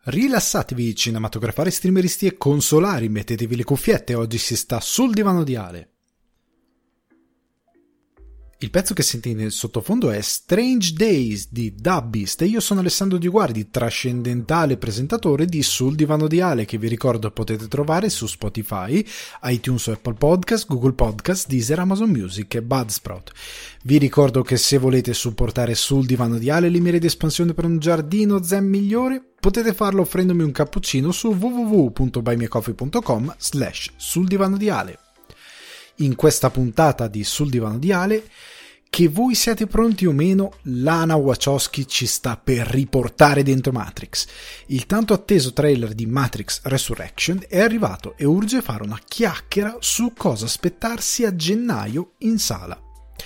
Rilassatevi cinematografari, streameristi e consolari, mettetevi le cuffiette, oggi si sta sul divano di Ale. Il pezzo che sentite nel sottofondo è Strange Days di Dubbeast e io sono Alessandro Di Guardi, trascendentale presentatore di Sul Divano di Ale, che vi ricordo potete trovare su Spotify, iTunes, Apple Podcast, Google Podcast, Deezer, Amazon Music e Buzzsprout. Vi ricordo che se volete supportare Sul Divano di Ale le mire di espansione per un giardino zen migliore, potete farlo offrendomi un cappuccino su www.buymeacoffee.com/Sul Divano di Ale. In questa puntata di Sul Divano di Ale, che voi siate pronti o meno, Lana Wachowski ci sta per riportare dentro Matrix. Il tanto atteso trailer di Matrix Resurrection è arrivato e urge fare una chiacchiera su cosa aspettarsi a gennaio in sala.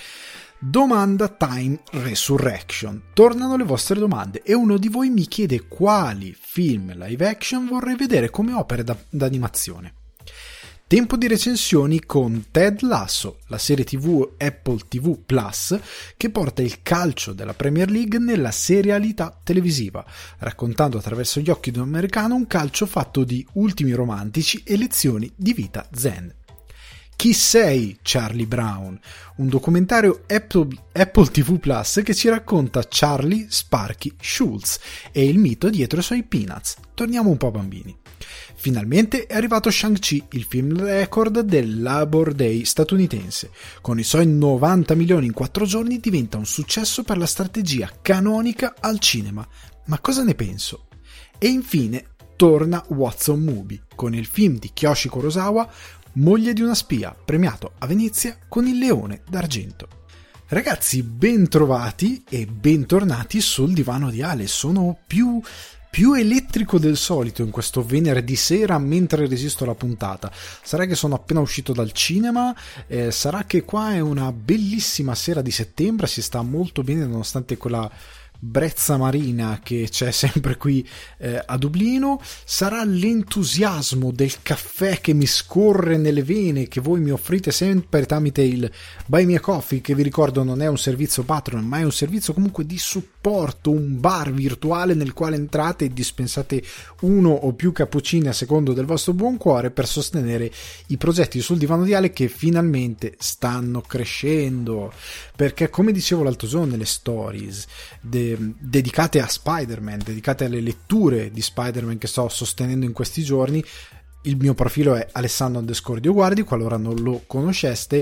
Domanda time Resurrection. Tornano le vostre domande e uno di voi mi chiede quali film live action vorrei vedere come opere d'animazione. Tempo di recensioni con Ted Lasso, la serie TV Apple TV Plus che porta il calcio della Premier League nella serialità televisiva, raccontando attraverso gli occhi di un americano un calcio fatto di ultimi romantici e lezioni di vita zen. Chi sei Charlie Brown? Un documentario Apple TV Plus che ci racconta Charlie Sparky Schultz e il mito dietro ai suoi Peanuts. Torniamo un po' bambini. Finalmente è arrivato Shang-Chi, il film record del Labor Day statunitense. Con i suoi 90 milioni in 4 giorni diventa un successo per la strategia canonica al cinema. Ma cosa ne penso? E infine torna Watson Movie, con il film di Kiyoshi Kurosawa, Moglie di una spia, premiato a Venezia con il Leone d'Argento. Ragazzi, ben trovati e bentornati sul divano di Ale. Sono più elettrico del solito in questo venerdì sera mentre resisto alla puntata. Sarà che sono appena uscito dal cinema, sarà che qua è una bellissima sera di settembre, si sta molto bene nonostante quella brezza marina che c'è sempre qui a Dublino. Sarà l'entusiasmo del caffè che mi scorre nelle vene, che voi mi offrite sempre tramite il Buy Me a Coffee, che vi ricordo non è un servizio Patreon ma è un servizio comunque di supporto, un bar virtuale nel quale entrate e dispensate uno o più cappuccini a secondo del vostro buon cuore per sostenere i progetti sul divano di Ale che finalmente stanno crescendo, perché come dicevo l'altro giorno nelle stories dedicate a Spider-Man, dedicate alle letture di Spider-Man che sto sostenendo in questi giorni, il mio profilo è Alessandro_Dioguardi, qualora non lo conosceste.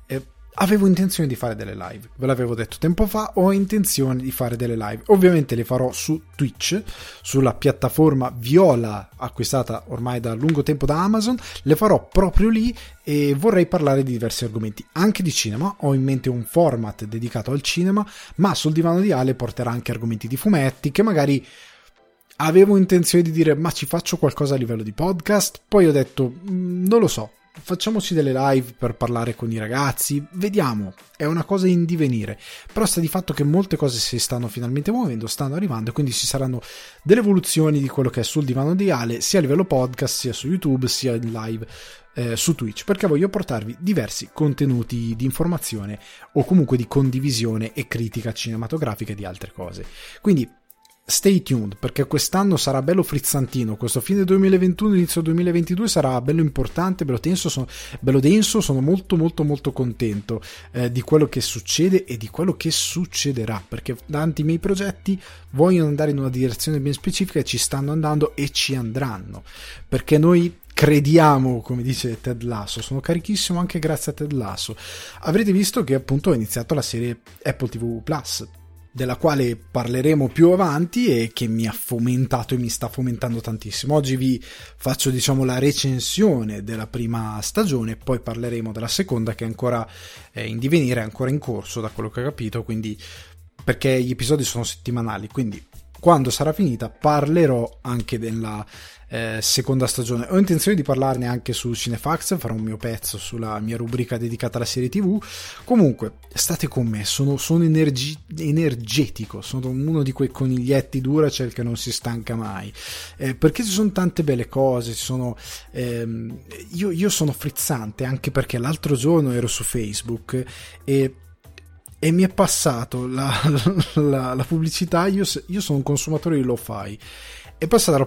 Avevo intenzione di fare delle live, ve l'avevo detto tempo fa, ho intenzione di fare delle live, ovviamente le farò su Twitch, sulla piattaforma viola acquistata ormai da lungo tempo da Amazon, le farò proprio lì e vorrei parlare di diversi argomenti, anche di cinema. Ho in mente un format dedicato al cinema, ma sul divano di Ale porterà anche argomenti di fumetti che magari avevo intenzione di dire ma ci faccio qualcosa a livello di podcast, poi ho detto non lo so, facciamoci delle live per parlare con i ragazzi, vediamo, è una cosa in divenire, però sta di fatto che molte cose si stanno finalmente muovendo, stanno arrivando, quindi ci saranno delle evoluzioni di quello che è sul divano di Ale, sia a livello podcast, sia su YouTube, sia in live su Twitch, perché voglio portarvi diversi contenuti di informazione o comunque di condivisione e critica cinematografica e di altre cose. Quindi stay tuned, perché quest'anno sarà bello frizzantino, questo fine 2021 inizio 2022 sarà bello importante, bello denso, sono molto molto molto contento di quello che succede e di quello che succederà, perché tanti miei progetti vogliono andare in una direzione ben specifica e ci stanno andando e ci andranno, perché noi crediamo, come dice Ted Lasso. Sono carichissimo anche grazie a Ted Lasso. Avrete visto che appunto ho iniziato la serie Apple TV Plus, della quale parleremo più avanti e che mi ha fomentato e mi sta fomentando tantissimo. Oggi vi faccio la recensione della prima stagione, poi parleremo della seconda che è ancora in divenire, è ancora in corso da quello che ho capito, quindi perché gli episodi sono settimanali, quindi quando sarà finita parlerò anche della seconda stagione. Ho intenzione di parlarne anche su Cinefax, farò un mio pezzo sulla mia rubrica dedicata alla serie TV. Comunque state con me, sono energetico, sono uno di quei coniglietti Duracell che non si stanca mai, perché ci sono tante belle cose, io sono frizzante, anche perché l'altro giorno ero su Facebook e mi è passato la pubblicità. Io sono un consumatore di lo-fi è passata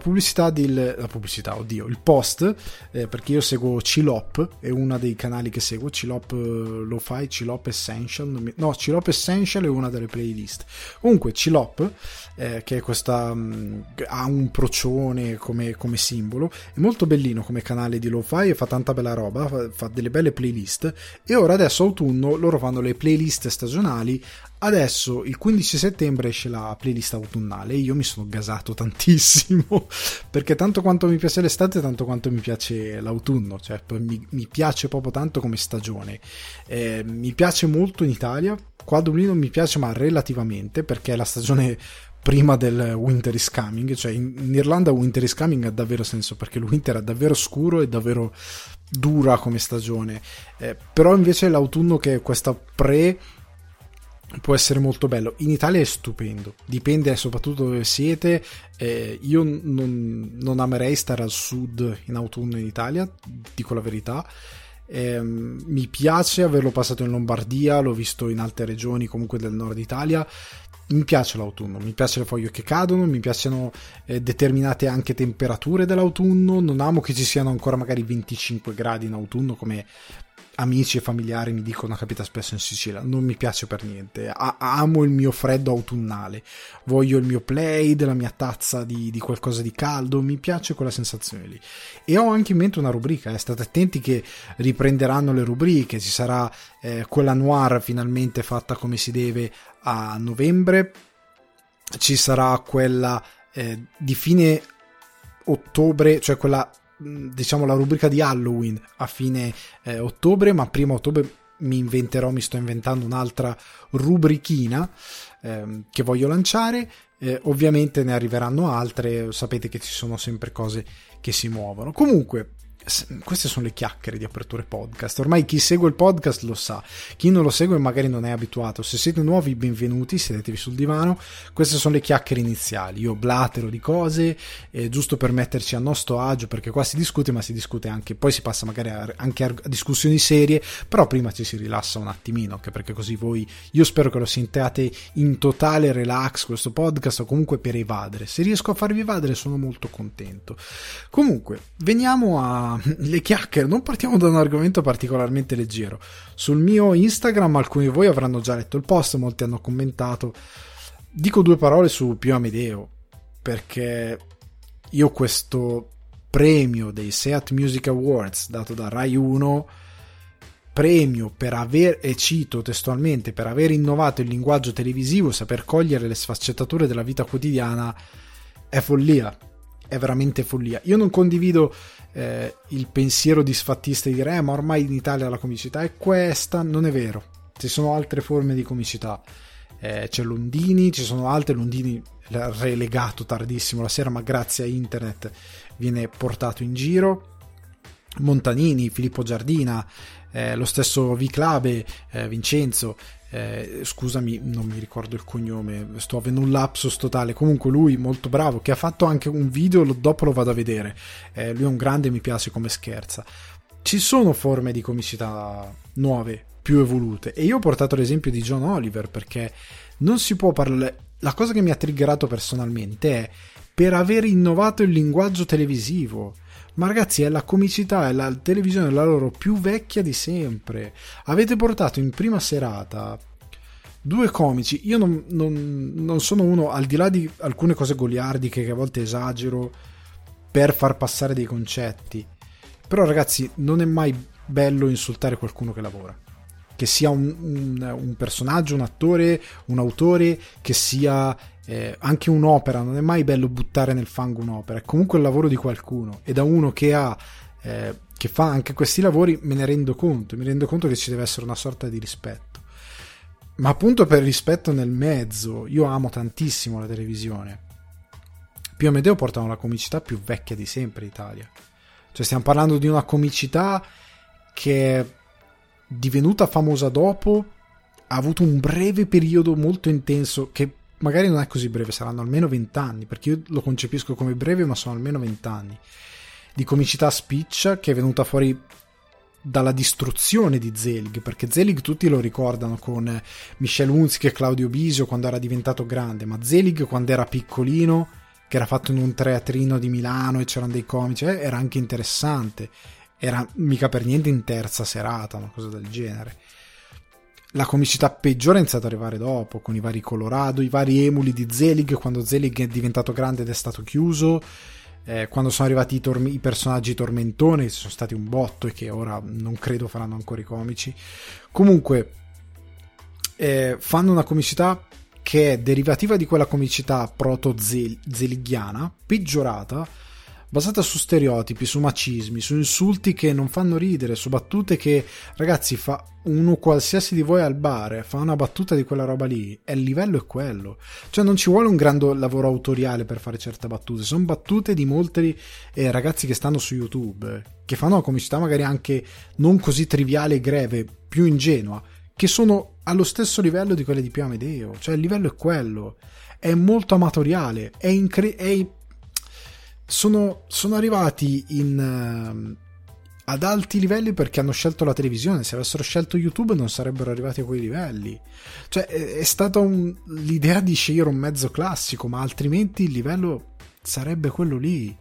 il post, perché io seguo Cilop, è uno dei canali che seguo, Cilop Lo-Fi, Cilop Essential, no, Cilop Essential è una delle playlist. Comunque Cilop, che è questa, ha un procione come simbolo, è molto bellino come canale di Lo-Fi e fa tanta bella roba, fa delle belle playlist, e ora adesso autunno loro fanno le playlist stagionali. Adesso il 15 settembre esce la playlist autunnale e io mi sono gasato tantissimo, perché tanto quanto mi piace l'estate, tanto quanto mi piace l'autunno, cioè mi piace proprio tanto come stagione. Mi piace molto in Italia, qua a Dublino mi piace ma relativamente, perché è la stagione prima del Winter is Coming, cioè in Irlanda Winter is Coming ha davvero senso, perché il winter è davvero scuro e davvero dura come stagione, però invece l'autunno, che è questa può essere molto bello. In Italia è stupendo, dipende soprattutto dove siete. Io non amerei stare al sud in autunno in Italia, dico la verità. Mi piace averlo passato in Lombardia, l'ho visto in altre regioni comunque del nord Italia. Mi piace l'autunno, mi piace le foglie che cadono, mi piacciono determinate anche temperature dell'autunno. Non amo che ci siano ancora magari 25 gradi in autunno, come amici e familiari mi dicono capita spesso in Sicilia. Non mi piace per niente. Amo il mio freddo autunnale, voglio il mio Plaid, la mia tazza di qualcosa di caldo, mi piace quella sensazione lì. E ho anche in mente una rubrica, state attenti che riprenderanno le rubriche, ci sarà quella noir finalmente fatta come si deve a novembre, ci sarà quella di fine ottobre, cioè quella, diciamo, la rubrica di Halloween a fine ottobre, ma prima ottobre mi sto inventando un'altra rubrichina che voglio lanciare. Ovviamente ne arriveranno altre, sapete che ci sono sempre cose che si muovono. Comunque queste sono le chiacchiere di Aperture Podcast. Ormai chi segue il podcast lo sa, chi non lo segue magari non è abituato. Se siete nuovi, benvenuti, sedetevi sul divano. Queste sono le chiacchiere iniziali, io blatero di cose, giusto per metterci a nostro agio, perché qua si discute, ma si discute anche, poi si passa magari anche a discussioni serie, però prima ci si rilassa un attimino, anche perché così io spero che lo sentiate in totale relax questo podcast, o comunque per evadere. Se riesco a farvi evadere sono molto contento. Comunque veniamo a le chiacchiere. Non partiamo da un argomento particolarmente leggero. Sul mio Instagram alcuni di voi avranno già letto il post, molti hanno commentato. Dico due parole su Pio Amedeo, perché io questo premio dei Seat Music Awards dato da Rai 1, premio per aver, e cito testualmente, per aver innovato il linguaggio televisivo e saper cogliere le sfaccettature della vita quotidiana, è follia, è veramente follia. Io non condivido il pensiero disfattista di dire ma ormai in Italia la comicità è questa. Non è vero, ci sono altre forme di comicità, c'è Londini, ci sono altre. Londini relegato tardissimo la sera, ma grazie a internet viene portato in giro. Montanini, Filippo Giardina, lo stesso Viclabe, Vincenzo, scusami non mi ricordo il cognome, sto avendo un lapsus totale. Comunque lui molto bravo, che ha fatto anche un video, dopo lo vado a vedere. Lui è un grande, mi piace come scherza. Ci sono forme di comicità nuove, più evolute, e io ho portato l'esempio di John Oliver perché non si può parlare. La cosa che mi ha triggerato personalmente è per aver innovato il linguaggio televisivo. Ma ragazzi, è la comicità, è la televisione, la loro più vecchia di sempre. Avete portato in prima serata due comici. Io non sono uno, al di là di alcune cose goliardiche che a volte esagero per far passare dei concetti, però ragazzi, non è mai bello insultare qualcuno che lavora, che sia un personaggio, un attore, un autore, che sia anche un'opera. Non è mai bello buttare nel fango un'opera, è comunque il lavoro di qualcuno, e da uno che fa anche questi lavori mi rendo conto che ci deve essere una sorta di rispetto, ma appunto per rispetto nel mezzo. Io amo tantissimo la televisione. Pio Amedeo porta una comicità più vecchia di sempre in Italia, cioè stiamo parlando di una comicità che è divenuta famosa dopo, ha avuto un breve periodo molto intenso, che magari non è così breve, saranno almeno 20 anni, perché io lo concepisco come breve, ma sono almeno 20 anni di comicità spiccia, che è venuta fuori dalla distruzione di Zelig, perché Zelig tutti lo ricordano con Michel Hunziker e Claudio Bisio quando era diventato grande, ma Zelig quando era piccolino che era fatto in un teatrino di Milano e c'erano dei comici, era anche interessante, era mica per niente in terza serata, una cosa del genere. La comicità peggiore è iniziata ad arrivare dopo, con i vari Colorado, i vari emuli di Zelig, quando Zelig è diventato grande ed è stato chiuso, quando sono arrivati i personaggi tormentoni, che sono stati un botto e che ora non credo faranno ancora i comici. Comunque fanno una comicità che è derivativa di quella comicità proto-zelighiana, peggiorata, basata su stereotipi, su macismi, su insulti che non fanno ridere, su battute che, ragazzi, fa uno qualsiasi di voi al bar, fa una battuta di quella roba lì, e il livello è quello. Cioè non ci vuole un grande lavoro autoriale per fare certe battute, sono battute di molti ragazzi che stanno su YouTube, che fanno una comicità magari anche non così triviale e greve, più ingenua, che sono allo stesso livello di quelle di Pio Amedeo. Cioè il livello è quello, è molto amatoriale, sono arrivati ad alti livelli perché hanno scelto la televisione. Se avessero scelto YouTube non sarebbero arrivati a quei livelli. Cioè è stata l'idea di scegliere un mezzo classico, ma altrimenti il livello sarebbe quello lì.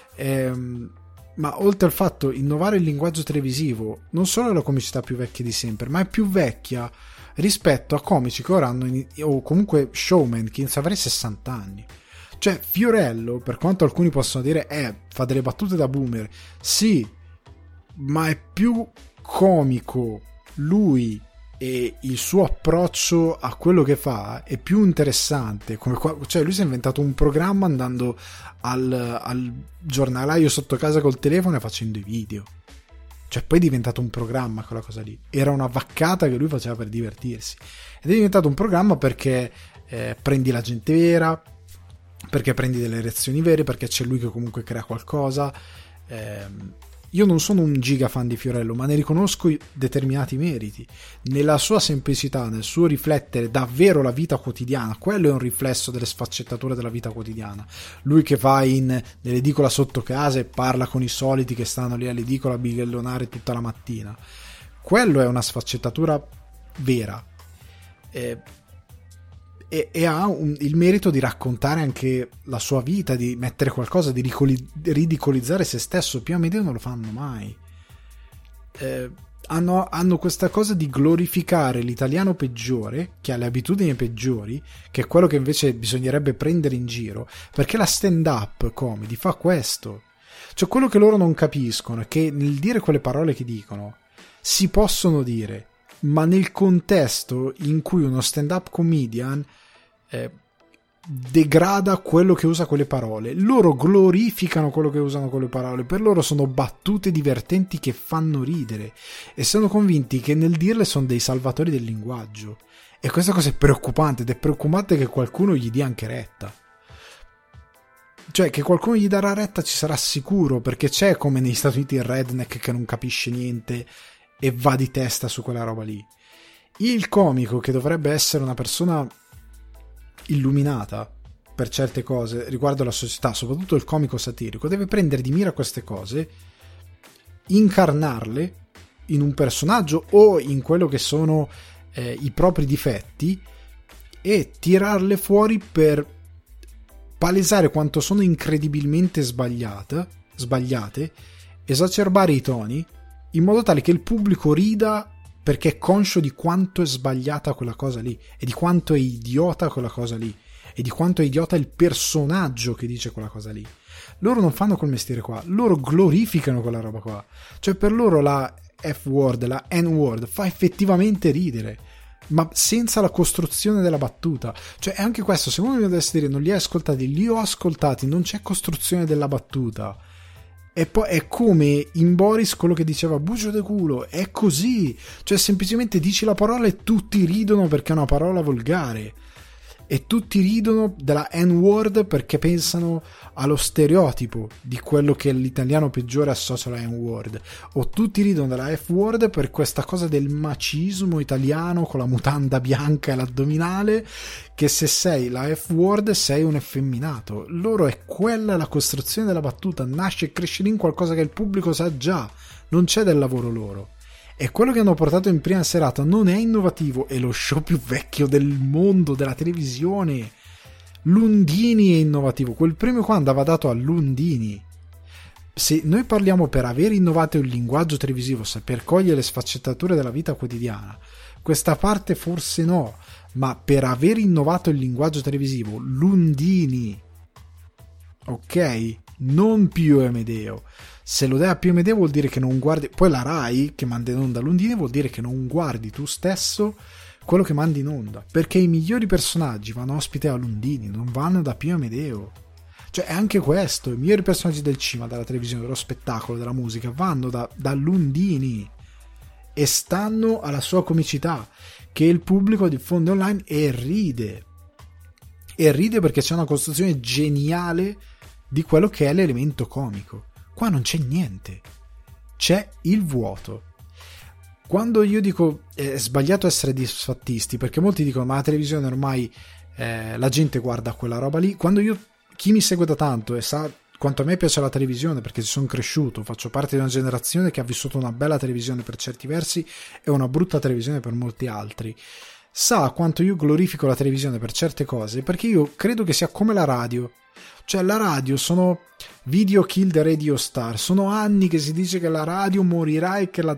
Ma oltre al fatto innovare il linguaggio televisivo, non solo è la comicità più vecchia di sempre, ma è più vecchia rispetto a comici che ora hanno, o comunque showman che iniziano ad avere 60 anni. Cioè Fiorello, per quanto alcuni possono dire fa delle battute da boomer, sì, ma è più comico lui e il suo approccio a quello che fa è più interessante. Cioè lui si è inventato un programma andando al giornalaio sotto casa col telefono e facendo i video. Cioè poi è diventato un programma quella cosa lì, era una vaccata che lui faceva per divertirsi, ed è diventato un programma perché prendi la gente vera, perché prendi delle reazioni vere, perché c'è lui che comunque crea qualcosa. Io non sono un giga fan di Fiorello, ma ne riconosco determinati meriti nella sua semplicità, nel suo riflettere davvero la vita quotidiana. Quello è un riflesso delle sfaccettature della vita quotidiana. Lui che va nell'edicola sotto casa e parla con i soliti che stanno lì all'edicola a bighellonare tutta la mattina, quello è una sfaccettatura vera, e ha il merito di raccontare anche la sua vita, di mettere qualcosa, di ridicolizzare se stesso. Pio Amedeo non lo fanno mai. Hanno questa cosa di glorificare l'italiano peggiore, che ha le abitudini peggiori, che è quello che invece bisognerebbe prendere in giro, perché la stand-up comedy fa questo. Cioè quello che loro non capiscono è che nel dire quelle parole che dicono si possono dire, ma nel contesto in cui uno stand-up comedian degrada quello che usa quelle parole, loro glorificano quello che usano quelle parole. Per loro sono battute divertenti che fanno ridere, e sono convinti che nel dirle sono dei salvatori del linguaggio, e questa cosa è preoccupante, ed è preoccupante che qualcuno gli dia anche retta. Cioè che qualcuno gli darà retta ci sarà sicuro, perché c'è, come negli Stati Uniti, il redneck che non capisce niente e va di testa su quella roba lì. Il comico, che dovrebbe essere una persona illuminata per certe cose riguardo alla società, soprattutto il comico satirico, deve prendere di mira queste cose, incarnarle in un personaggio o in quello che sono i propri difetti, e tirarle fuori per palesare quanto sono incredibilmente sbagliate, esacerbare i toni in modo tale che il pubblico rida perché è conscio di quanto è sbagliata quella cosa lì, e di quanto è idiota quella cosa lì, e di quanto è idiota il personaggio che dice quella cosa lì. Loro non fanno quel mestiere qua, loro glorificano quella roba qua. Cioè per loro la F-word, la N-word fa effettivamente ridere, ma senza la costruzione della battuta. Cioè è anche questo, se uno mi dovesse dire non li hai ascoltati, li ho ascoltati, non c'è costruzione della battuta. E poi è come in Boris quello che diceva bucio de culo, è così. Cioè semplicemente dici la parola e tutti ridono perché è una parola volgare, e tutti ridono della N-word perché pensano allo stereotipo di quello che l'italiano peggiore associa alla N-word, o tutti ridono della F-word per questa cosa del macismo italiano con la mutanda bianca e l'addominale, che se sei la F-word sei un effeminato. Loro è quella la costruzione della battuta, nasce e cresce in qualcosa che il pubblico sa già, non c'è del lavoro loro. E quello che hanno portato in prima serata non è innovativo, è lo show più vecchio del mondo della televisione. Lundini è innovativo, quel premio qua andava dato a Lundini. Se noi parliamo per aver innovato il linguaggio televisivo, saper cogliere le sfaccettature della vita quotidiana, questa parte forse no, ma per aver innovato il linguaggio televisivo, Lundini, ok? Non Pio e Amedeo. Se lo dai a Pio e Amedeo vuol dire che non guardi, poi la Rai che manda in onda Lundini vuol dire che non guardi tu stesso quello che mandi in onda, perché i migliori personaggi vanno ospite a Lundini, non vanno da Pio e Amedeo. Cioè è anche questo, i migliori personaggi del cinema, della televisione, dello spettacolo, della musica vanno da Lundini e stanno alla sua comicità che il pubblico diffonde online e ride perché c'è una costruzione geniale di quello che è l'elemento comico. Qua non c'è niente, c'è il vuoto. Quando io dico è sbagliato essere disfattisti, perché molti dicono ma la televisione ormai la gente guarda quella roba lì, chi mi segue da tanto e sa quanto a me piace la televisione, perché ci sono cresciuto, faccio parte di una generazione che ha vissuto una bella televisione per certi versi e una brutta televisione per molti altri, sa quanto io glorifico la televisione per certe cose, perché io credo che sia come la radio. Cioè la radio sono video kill the radio star, sono anni che si dice che la radio morirà e che la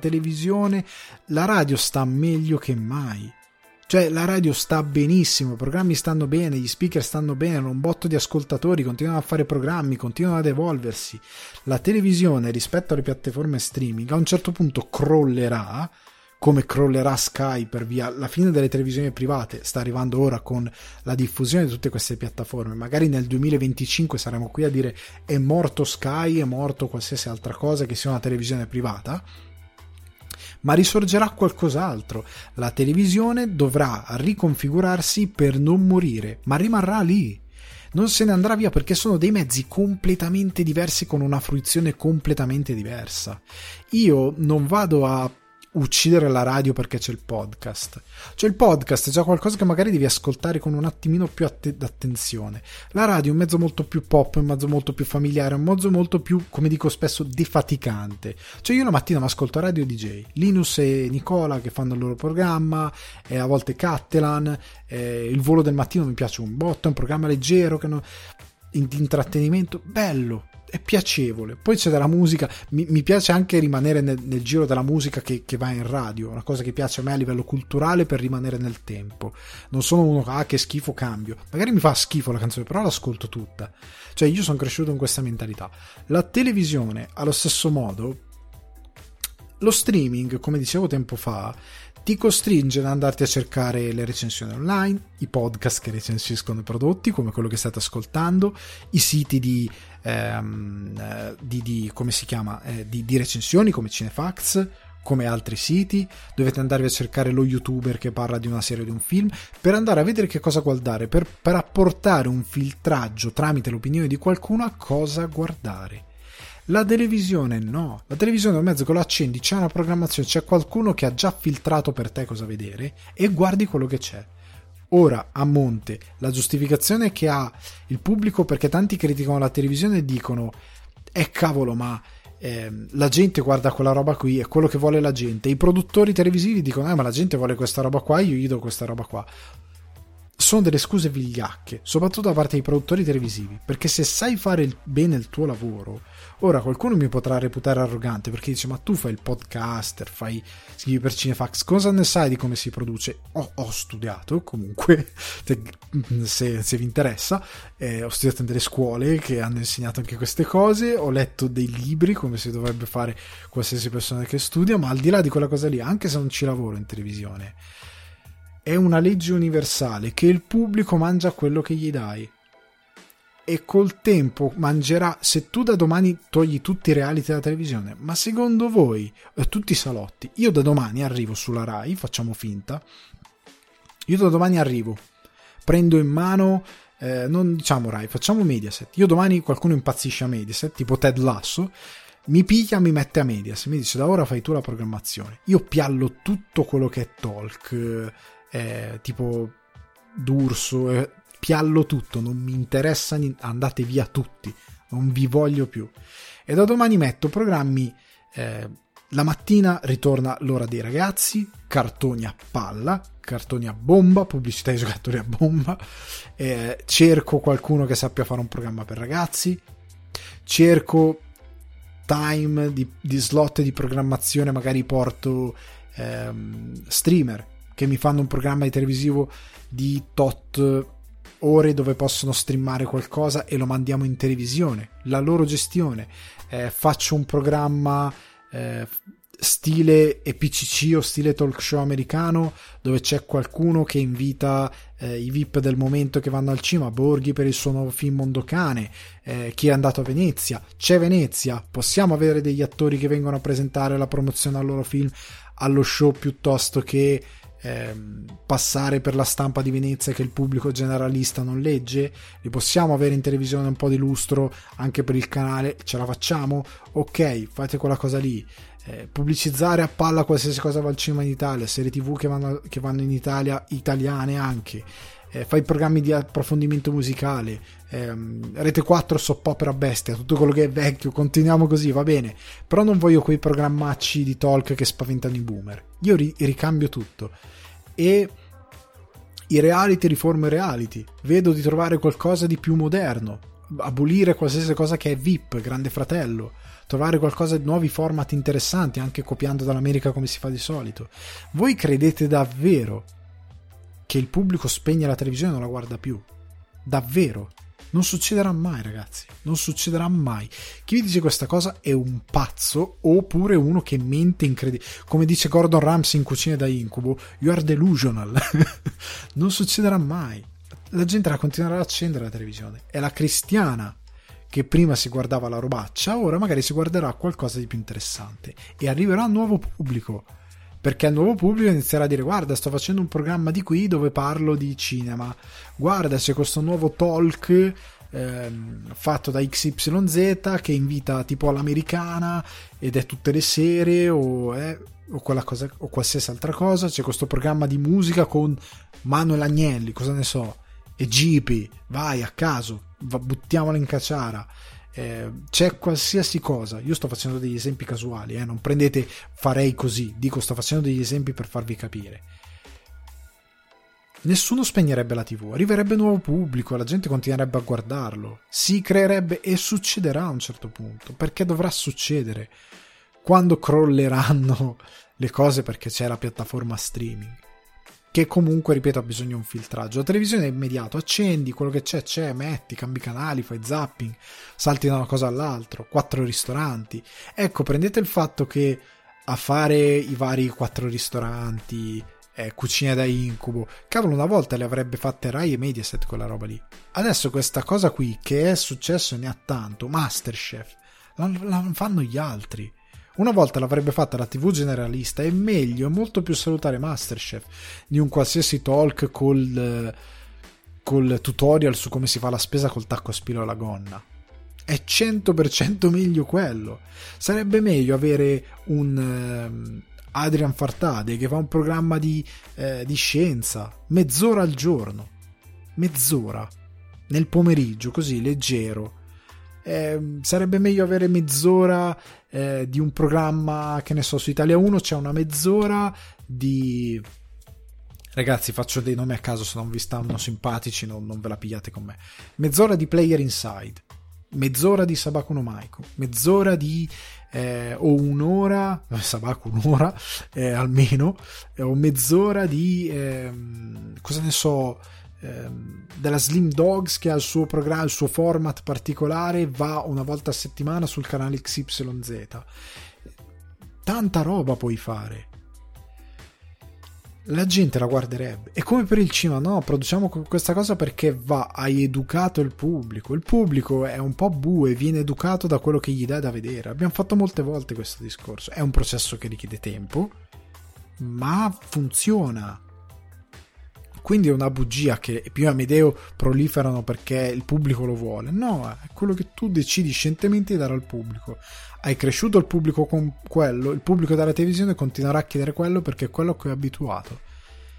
radio sta meglio che mai. Cioè la radio sta benissimo, i programmi stanno bene, gli speaker stanno bene, hanno un botto di ascoltatori, continuano a fare programmi, continuano ad evolversi. La televisione rispetto alle piattaforme streaming a un certo punto crollerà, come crollerà Sky per via la fine delle televisioni private. Sta arrivando ora con la diffusione di tutte queste piattaforme, magari nel 2025 saremo qui a dire è morto Sky, è morto qualsiasi altra cosa che sia una televisione privata, ma risorgerà qualcos'altro. La televisione dovrà riconfigurarsi per non morire, ma rimarrà lì, non se ne andrà via, perché sono dei mezzi completamente diversi con una fruizione completamente diversa. Io non vado a uccidere la radio perché c'è il podcast. Cioè il podcast è già qualcosa che magari devi ascoltare con un attimino più d'attenzione. La radio è un mezzo molto più pop, un mezzo molto più familiare, un mezzo molto più, come dico spesso, defaticante. Cioè io la mattina mi ascolto Radio DJ, Linus e Nicola che fanno il loro programma, e a volte Cattelan, il volo del mattino mi piace un botto, è un programma leggero che di intrattenimento bello, è piacevole. Poi c'è della musica, mi piace anche rimanere nel giro della musica che va in radio, una cosa che piace a me a livello culturale per rimanere nel tempo. Non sono uno che schifo, cambio, magari mi fa schifo la canzone però l'ascolto tutta. Cioè io sono cresciuto in questa mentalità. La televisione allo stesso modo, lo streaming, come dicevo tempo fa, ti costringe ad andarti a cercare le recensioni online, i podcast che recensiscono i prodotti come quello che state ascoltando, i siti di come si chiama, di recensioni come Cinefax, come altri siti. Dovete andarvi a cercare lo youtuber che parla di una serie o di un film per andare a vedere che cosa guardare, per apportare un filtraggio tramite l'opinione di qualcuno a cosa guardare. La televisione no, la televisione è un mezzo che lo accendi, c'è una programmazione, c'è qualcuno che ha già filtrato per te cosa vedere e guardi quello che c'è. Ora, a monte, la giustificazione che ha il pubblico, perché tanti criticano la televisione e dicono cavolo, ma la gente guarda quella roba qui, è quello che vuole la gente. I produttori televisivi dicono ma la gente vuole questa roba qua, io gli do questa roba qua. Sono delle scuse vigliacche, soprattutto da parte dei produttori televisivi, perché se sai fare bene il tuo lavoro, ora qualcuno mi potrà reputare arrogante perché dice ma tu fai il podcaster, scrivi per Cinefax, cosa ne sai di come si produce? Ho studiato comunque, se vi interessa, ho studiato in delle scuole che hanno insegnato anche queste cose, ho letto dei libri come si dovrebbe fare qualsiasi persona che studia, ma al di là di quella cosa lì, anche se non ci lavoro in televisione, è una legge universale che il pubblico mangia quello che gli dai e col tempo mangerà. Se tu da domani togli tutti i reality della televisione, ma secondo voi tutti i salotti, io da domani arrivo sulla Rai, facciamo finta, io da domani arrivo, prendo in mano non diciamo Rai, facciamo Mediaset, io domani qualcuno impazzisce a Mediaset tipo Ted Lasso, mi piglia, mi mette a Mediaset, mi dice da ora fai tu la programmazione, io piallo tutto quello che è talk, tipo D'Urso, piallo tutto, non mi interessa, andate via tutti, non vi voglio più, e da domani metto programmi La mattina ritorna l'ora dei ragazzi, cartoni a palla, cartoni a bomba, pubblicità di giocatori a bomba, cerco qualcuno che sappia fare un programma per ragazzi, cerco time di slot di programmazione, magari porto streamer che mi fanno un programma di televisivo di tot ore dove possono streamare qualcosa e lo mandiamo in televisione, la loro gestione. Faccio un programma stile EPCC o stile talk show americano, dove c'è qualcuno che invita i VIP del momento che vanno al cinema, Borghi per il suo nuovo film Mondocane, chi è andato a Venezia, c'è Venezia, possiamo avere degli attori che vengono a presentare la promozione al loro film allo show piuttosto che passare per la stampa di Venezia che il pubblico generalista non legge. Li possiamo avere in televisione un po' di lustro anche per il canale, ce la facciamo? Ok, fate quella cosa lì. Pubblicizzare a palla qualsiasi cosa va al cinema in Italia, serie tv che vanno in Italia, italiane anche, fai programmi di approfondimento musicale, Rete 4 soap opera bestia, tutto quello che è vecchio, continuiamo così, va bene, però non voglio quei programmacci di talk che spaventano i boomer. Io ricambio tutto e i reality riformo i reality, vedo di trovare qualcosa di più moderno, abolire qualsiasi cosa che è VIP, Grande Fratello, trovare qualcosa di nuovi format interessanti, anche copiando dall'America come si fa di solito. Voi credete davvero che il pubblico spegne la televisione e non la guarda più? Davvero? Non succederà mai, ragazzi, non succederà mai. Chi vi dice questa cosa è un pazzo, oppure uno che mente incredibile. Come dice Gordon Ramsay in Cucine da Incubo, you are delusional. Non succederà mai. La gente la continuerà ad accendere la televisione. È la cristiana che prima si guardava la robaccia, ora magari si guarderà qualcosa di più interessante e arriverà un nuovo pubblico, perché il nuovo pubblico inizierà a dire: guarda, sto facendo un programma di qui dove parlo di cinema, guarda c'è questo nuovo talk fatto da XYZ che invita tipo all'americana ed è tutte le sere o quella cosa o qualsiasi altra cosa, c'è questo programma di musica con Manuel Agnelli, cosa ne so, e Gipi, vai a caso, buttiamola in caciara, c'è qualsiasi cosa. Io sto facendo degli esempi casuali, non prendete farei così, dico sto facendo degli esempi per farvi capire. Nessuno spegnerebbe la TV, arriverebbe nuovo pubblico, la gente continuerebbe a guardarlo, si creerebbe, e succederà a un certo punto, perché dovrà succedere quando crolleranno le cose, perché c'è la piattaforma streaming che comunque, ripeto, ha bisogno di un filtraggio. La televisione è immediato, accendi, quello che c'è, metti, cambi canali, fai zapping, salti da una cosa all'altra, 4 ristoranti. Ecco, prendete il fatto che a fare i vari 4 ristoranti, Cucine da Incubo, cavolo, una volta le avrebbe fatte Rai e Mediaset quella roba lì. Adesso questa cosa qui, che è successo e ne ha tanto, Masterchef, la fanno gli altri. Una volta l'avrebbe fatta la TV generalista, è meglio, è molto più salutare Masterchef di un qualsiasi talk col tutorial su come si fa la spesa col tacco a spillo alla gonna. È 100% meglio quello. Sarebbe meglio avere un Adrian Fartade che fa un programma di scienza, mezz'ora al giorno, mezz'ora nel pomeriggio, così leggero. Sarebbe meglio avere mezz'ora di un programma, che ne so, su Italia 1 c'è una mezz'ora di, ragazzi faccio dei nomi a caso, se non vi stanno simpatici non ve la pigliate con me, mezz'ora di Player Inside, mezz'ora di Sabaku no Maiko, mezz'ora di o un'ora Sabaku, un'ora almeno, o mezz'ora di cosa ne so, della Slim Dogs, che ha il suo programma, il suo format particolare, va una volta a settimana sul canale XYZ. Tanta roba puoi fare, la gente la guarderebbe. E come per il cinema, no, produciamo questa cosa perché hai educato il pubblico è un po' bue, viene educato da quello che gli dai da vedere. Abbiamo fatto molte volte questo discorso, è un processo che richiede tempo, ma funziona. Quindi è una bugia che più Amedeo proliferano perché il pubblico lo vuole. No, è quello che tu decidi scientemente di dare al pubblico. Hai cresciuto il pubblico con quello, il pubblico della televisione continuerà a chiedere quello perché è quello a cui è abituato.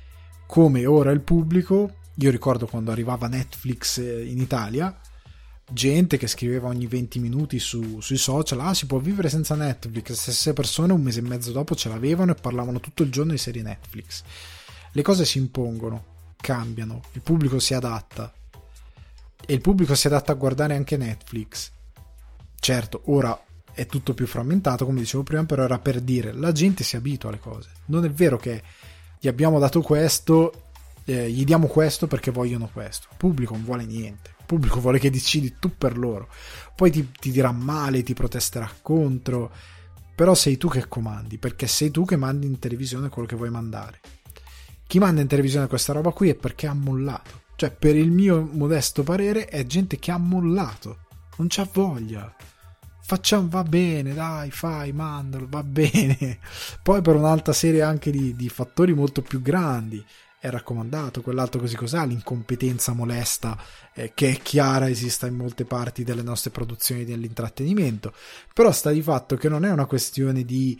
Come ora il pubblico, io ricordo quando arrivava Netflix in Italia, gente che scriveva ogni 20 minuti sui social: si può vivere senza Netflix. Stesse persone un mese e mezzo dopo ce l'avevano e parlavano tutto il giorno di serie Netflix. Le cose si impongono, cambiano, il pubblico si adatta, e il pubblico si adatta a guardare anche Netflix. Certo, ora è tutto più frammentato, come dicevo prima, però era per dire, la gente si abitua alle cose. Non è vero che gli abbiamo dato questo, gli diamo questo perché vogliono questo. Il pubblico non vuole niente, il pubblico vuole che decidi tu per loro. Poi ti dirà male, ti protesterà contro, però sei tu che comandi, perché sei tu che mandi in televisione quello che vuoi mandare. Chi manda in televisione questa roba qui è perché ha mollato. Cioè, per il mio modesto parere, è gente che ha mollato, non c'ha voglia. Facciamo, va bene, dai, fai, mandalo, va bene. Poi per un'altra serie anche di fattori molto più grandi è raccomandato, quell'altro così cos'ha, l'incompetenza molesta che è chiara, esista in molte parti delle nostre produzioni dell'intrattenimento. Però sta di fatto che non è una questione di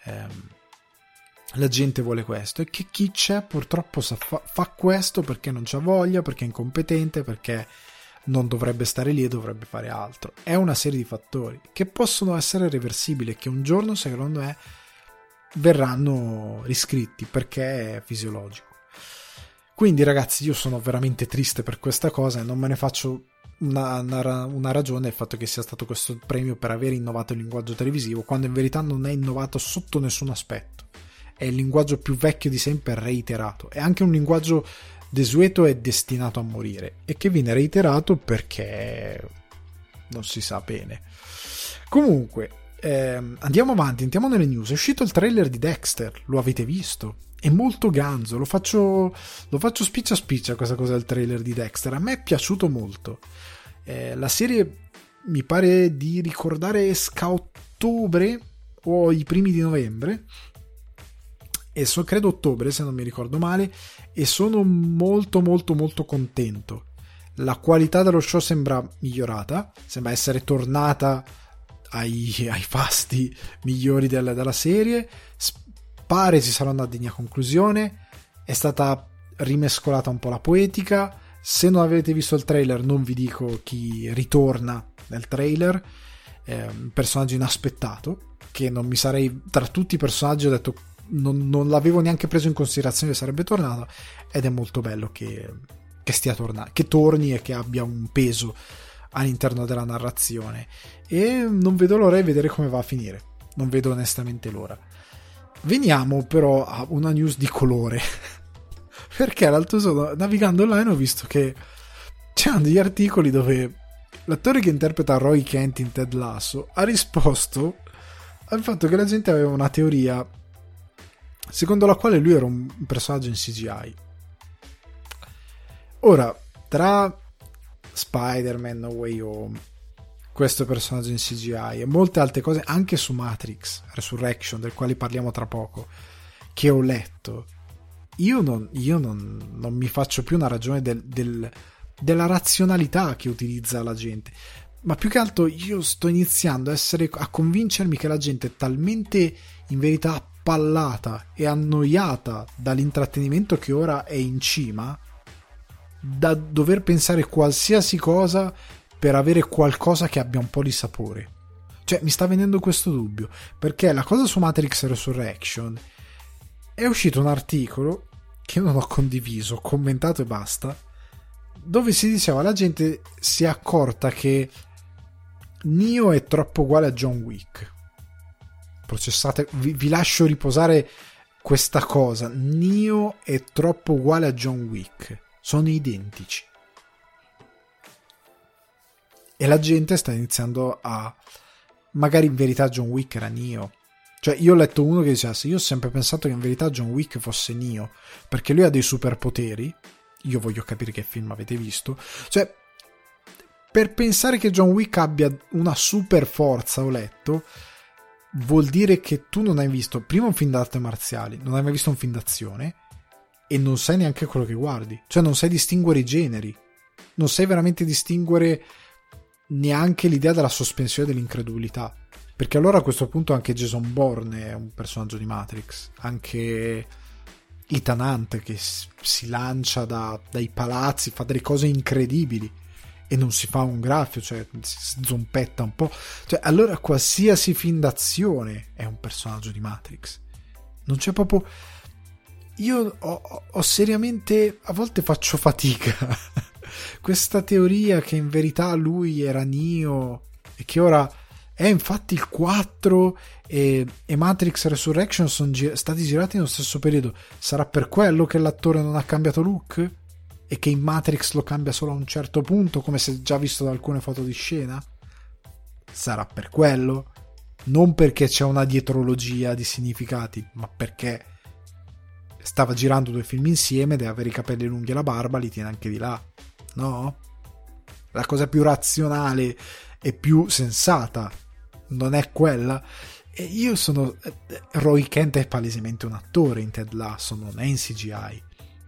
la gente vuole questo, è che chi c'è purtroppo fa questo perché non c'ha voglia, perché è incompetente, perché non dovrebbe stare lì e dovrebbe fare altro. È una serie di fattori che possono essere reversibili e che un giorno, secondo me, verranno riscritti, perché è fisiologico. Quindi, ragazzi, io sono veramente triste per questa cosa e non me ne faccio una ragione il fatto che sia stato questo premio per aver innovato il linguaggio televisivo, quando in verità non è innovato sotto nessun aspetto. È il linguaggio più vecchio di sempre, reiterato. È anche un linguaggio desueto e destinato a morire, e che viene reiterato perché non si sa bene. Comunque, andiamo avanti, entriamo nelle news. È uscito il trailer di Dexter, lo avete visto? È molto ganzo, lo faccio spiccia spiccia questa cosa del trailer di Dexter. A me è piaciuto molto. La serie mi pare di ricordare esca a ottobre o i primi di novembre, e credo ottobre se non mi ricordo male, e sono molto molto molto contento. La qualità dello show sembra migliorata, sembra essere tornata ai fasti migliori della serie. Pare ci sarà una degna conclusione, è stata rimescolata un po' la poetica. Se non avete visto il trailer non vi dico chi ritorna nel trailer, un personaggio inaspettato che non mi sarei, tra tutti i personaggi ho detto non l'avevo neanche preso in considerazione che sarebbe tornato, ed è molto bello che stia tornando, che torni e che abbia un peso all'interno della narrazione, e non vedo l'ora di vedere come va a finire, non vedo onestamente l'ora. Veniamo però a una news di colore perché l'altro giorno navigando online ho visto che c'erano degli articoli dove l'attore che interpreta Roy Kent in Ted Lasso ha risposto al fatto che la gente aveva una teoria secondo la quale lui era un personaggio in CGI. Ora, tra Spider-Man No Way Home, questo personaggio in CGI e molte altre cose, anche su Matrix Resurrection, del quale parliamo tra poco, che ho letto, io non mi faccio più una ragione della razionalità che utilizza la gente, ma più che altro io sto iniziando a convincermi che la gente è talmente in verità appallata e annoiata dall'intrattenimento che ora è in cima, da dover pensare qualsiasi cosa per avere qualcosa che abbia un po' di sapore. Cioè, mi sta venendo questo dubbio, perché la cosa su Matrix Resurrection è uscito un articolo che non ho condiviso, ho commentato e basta, dove si diceva la gente si è accorta che Neo è troppo uguale a John Wick. Processate, vi lascio riposare questa cosa. Neo è troppo uguale a John Wick, sono identici, e la gente sta iniziando a, magari in verità John Wick era Neo. Cioè, io ho letto uno che diceva: io ho sempre pensato che in verità John Wick fosse Neo, perché lui ha dei superpoteri. Io voglio capire che film avete visto. Cioè, per pensare che John Wick abbia una super forza, ho letto, vuol dire che tu non hai visto prima un film d'arte marziali, non hai mai visto un film d'azione, e non sai neanche quello che guardi. Cioè, non sai distinguere i generi, non sai veramente distinguere neanche l'idea della sospensione dell'incredulità, perché allora a questo punto anche Jason Bourne è un personaggio di Matrix, anche Ethan Hunt che si lancia dai palazzi, fa delle cose incredibili, e non si fa un graffio, cioè si zompetta un po', cioè allora qualsiasi film d'azione è un personaggio di Matrix. Non c'è proprio... Io ho seriamente, a volte faccio fatica questa teoria che in verità lui era Neo e che ora è infatti il 4 e Matrix Resurrection sono stati girati nello stesso periodo. Sarà per quello che l'attore non ha cambiato look e che in Matrix lo cambia solo a un certo punto, come si è già visto da alcune foto di scena? Sarà per quello? Non perché c'è una dietrologia di significati, ma perché stava girando 2 film insieme, deve avere i capelli lunghi e la barba, li tiene anche di là, no? La cosa più razionale e più sensata non è quella? E io sono... Roy Kent è palesemente un attore in Ted Lasso, non è in CGI.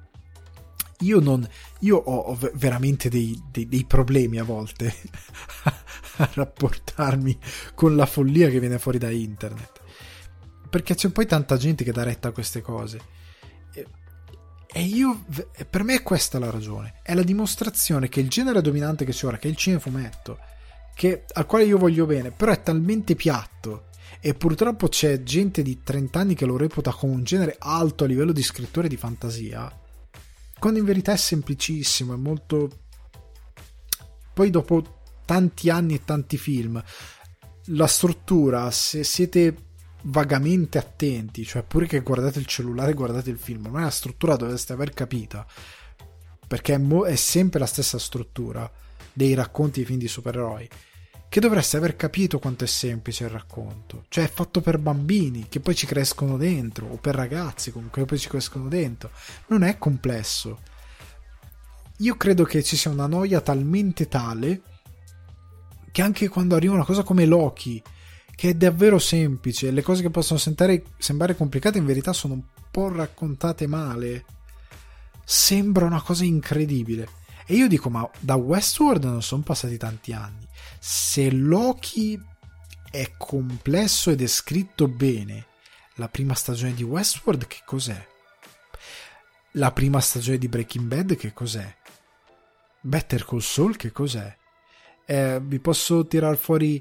Io ho veramente dei problemi a volte a rapportarmi con la follia che viene fuori da internet, perché c'è poi tanta gente che dà retta a queste cose. E io, per me è questa la ragione, è la dimostrazione che il genere dominante che c'è ora, che è il cinefumetto, al quale io voglio bene, però è talmente piatto, e purtroppo c'è gente di 30 anni che lo reputa come un genere alto a livello di scrittore di fantasia, quando in verità è semplicissimo, è molto... Poi dopo tanti anni e tanti film, la struttura, se siete vagamente attenti, cioè pure che guardate il cellulare, guardate il film, ma la struttura dovreste aver capita, perché è sempre la stessa struttura dei racconti di film di supereroi, che dovreste aver capito quanto è semplice il racconto, cioè è fatto per bambini che poi ci crescono dentro, o per ragazzi comunque che poi ci crescono dentro, non è complesso. Io credo che ci sia una noia talmente tale che anche quando arriva una cosa come Loki, che è davvero semplice, le cose che possono sembrare complicate in verità sono un po' raccontate male, sembra una cosa incredibile. E io dico, ma da Westworld non sono passati tanti anni, se Loki è complesso ed è scritto bene, la prima stagione di Westworld che cos'è? La prima stagione di Breaking Bad che cos'è? Better Call Saul che cos'è? Vi posso tirar fuori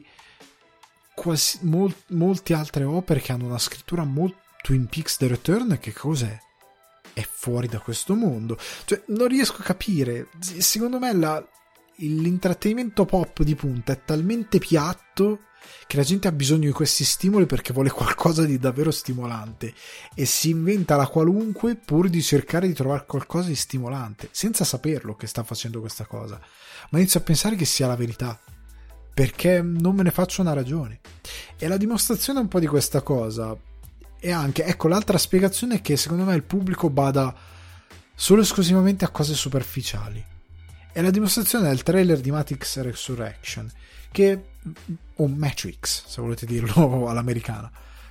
molte altre opere che hanno una scrittura molto... Twin Peaks The Return che cos'è? È fuori da questo mondo, cioè non riesco a capire. Secondo me l'intrattenimento pop di punta è talmente piatto che la gente ha bisogno di questi stimoli perché vuole qualcosa di davvero stimolante e si inventa la qualunque pur di cercare di trovare qualcosa di stimolante senza saperlo che sta facendo questa cosa, ma inizio a pensare che sia la verità perché non me ne faccio una ragione. E la dimostrazione un po' di questa cosa è anche, ecco, l'altra spiegazione è che secondo me il pubblico bada solo esclusivamente a cose superficiali. È la dimostrazione del trailer di Matrix Resurrection, o Matrix se volete dirlo all'americana,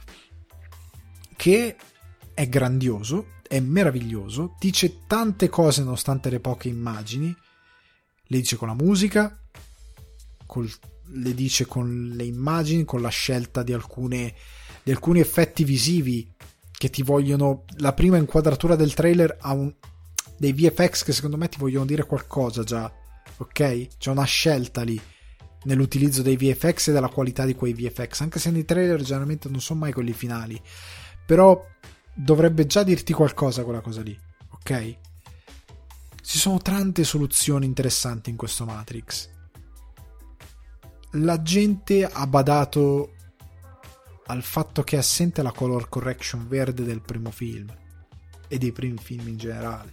che è grandioso, è meraviglioso, dice tante cose nonostante le poche immagini, le dice con la musica, le dice con le immagini, con la scelta di alcuni effetti visivi che ti vogliono... La prima inquadratura del trailer ha dei VFX che secondo me ti vogliono dire qualcosa già, ok? C'è una scelta lì nell'utilizzo dei VFX e della qualità di quei VFX, anche se nei trailer generalmente non sono mai quelli finali, però dovrebbe già dirti qualcosa quella cosa lì, ok? Ci sono tante soluzioni interessanti in questo Matrix. La gente ha badato al fatto che è assente la color correction verde del primo film e dei primi film in generale.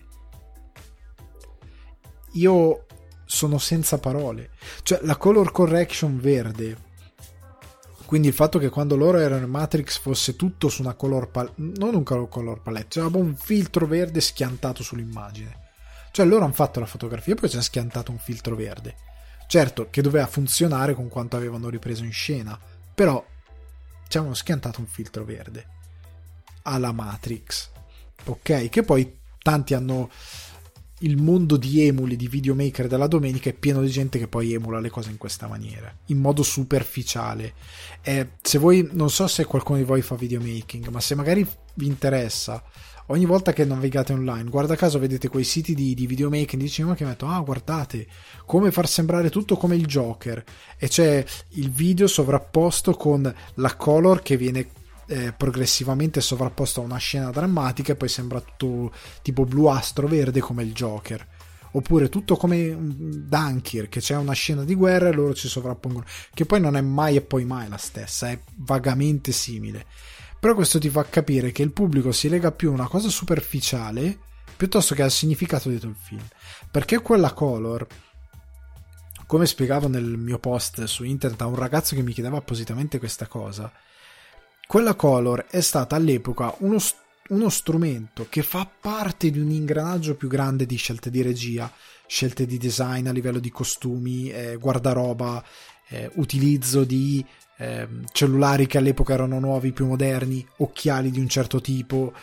Io sono senza parole, cioè la color correction verde, quindi il fatto che quando loro erano in Matrix fosse tutto su una color non un color palette, cioè un filtro verde schiantato sull'immagine, cioè loro hanno fatto la fotografia e poi c'è schiantato un filtro verde, certo che doveva funzionare con quanto avevano ripreso in scena, però ci avevano schiantato un filtro verde alla Matrix, ok, che poi tanti hanno il mondo di emuli di videomaker della domenica è pieno di gente che poi emula le cose in questa maniera, in modo superficiale. Se voi, non so se qualcuno di voi fa videomaking, ma se magari vi interessa, ogni volta che navigate online, guarda caso vedete quei siti di videomaking di cinema che mettono, guardate come far sembrare tutto come il Joker, e c'è il video sovrapposto con la color che viene progressivamente sovrapposto a una scena drammatica e poi sembra tutto tipo bluastro verde come il Joker, oppure tutto come Dunkirk, che c'è una scena di guerra e loro ci sovrappongono, che poi non è mai e poi mai la stessa, è vagamente simile. Però questo ti fa capire che il pubblico si lega più a una cosa superficiale piuttosto che al significato dietro il film, perché quella color, come spiegavo nel mio post su internet a un ragazzo che mi chiedeva appositamente questa cosa, quella color è stata all'epoca uno strumento che fa parte di un ingranaggio più grande di scelte di regia, scelte di design a livello di costumi, guardaroba, utilizzo di cellulari che all'epoca erano nuovi, più moderni, occhiali di un certo tipo,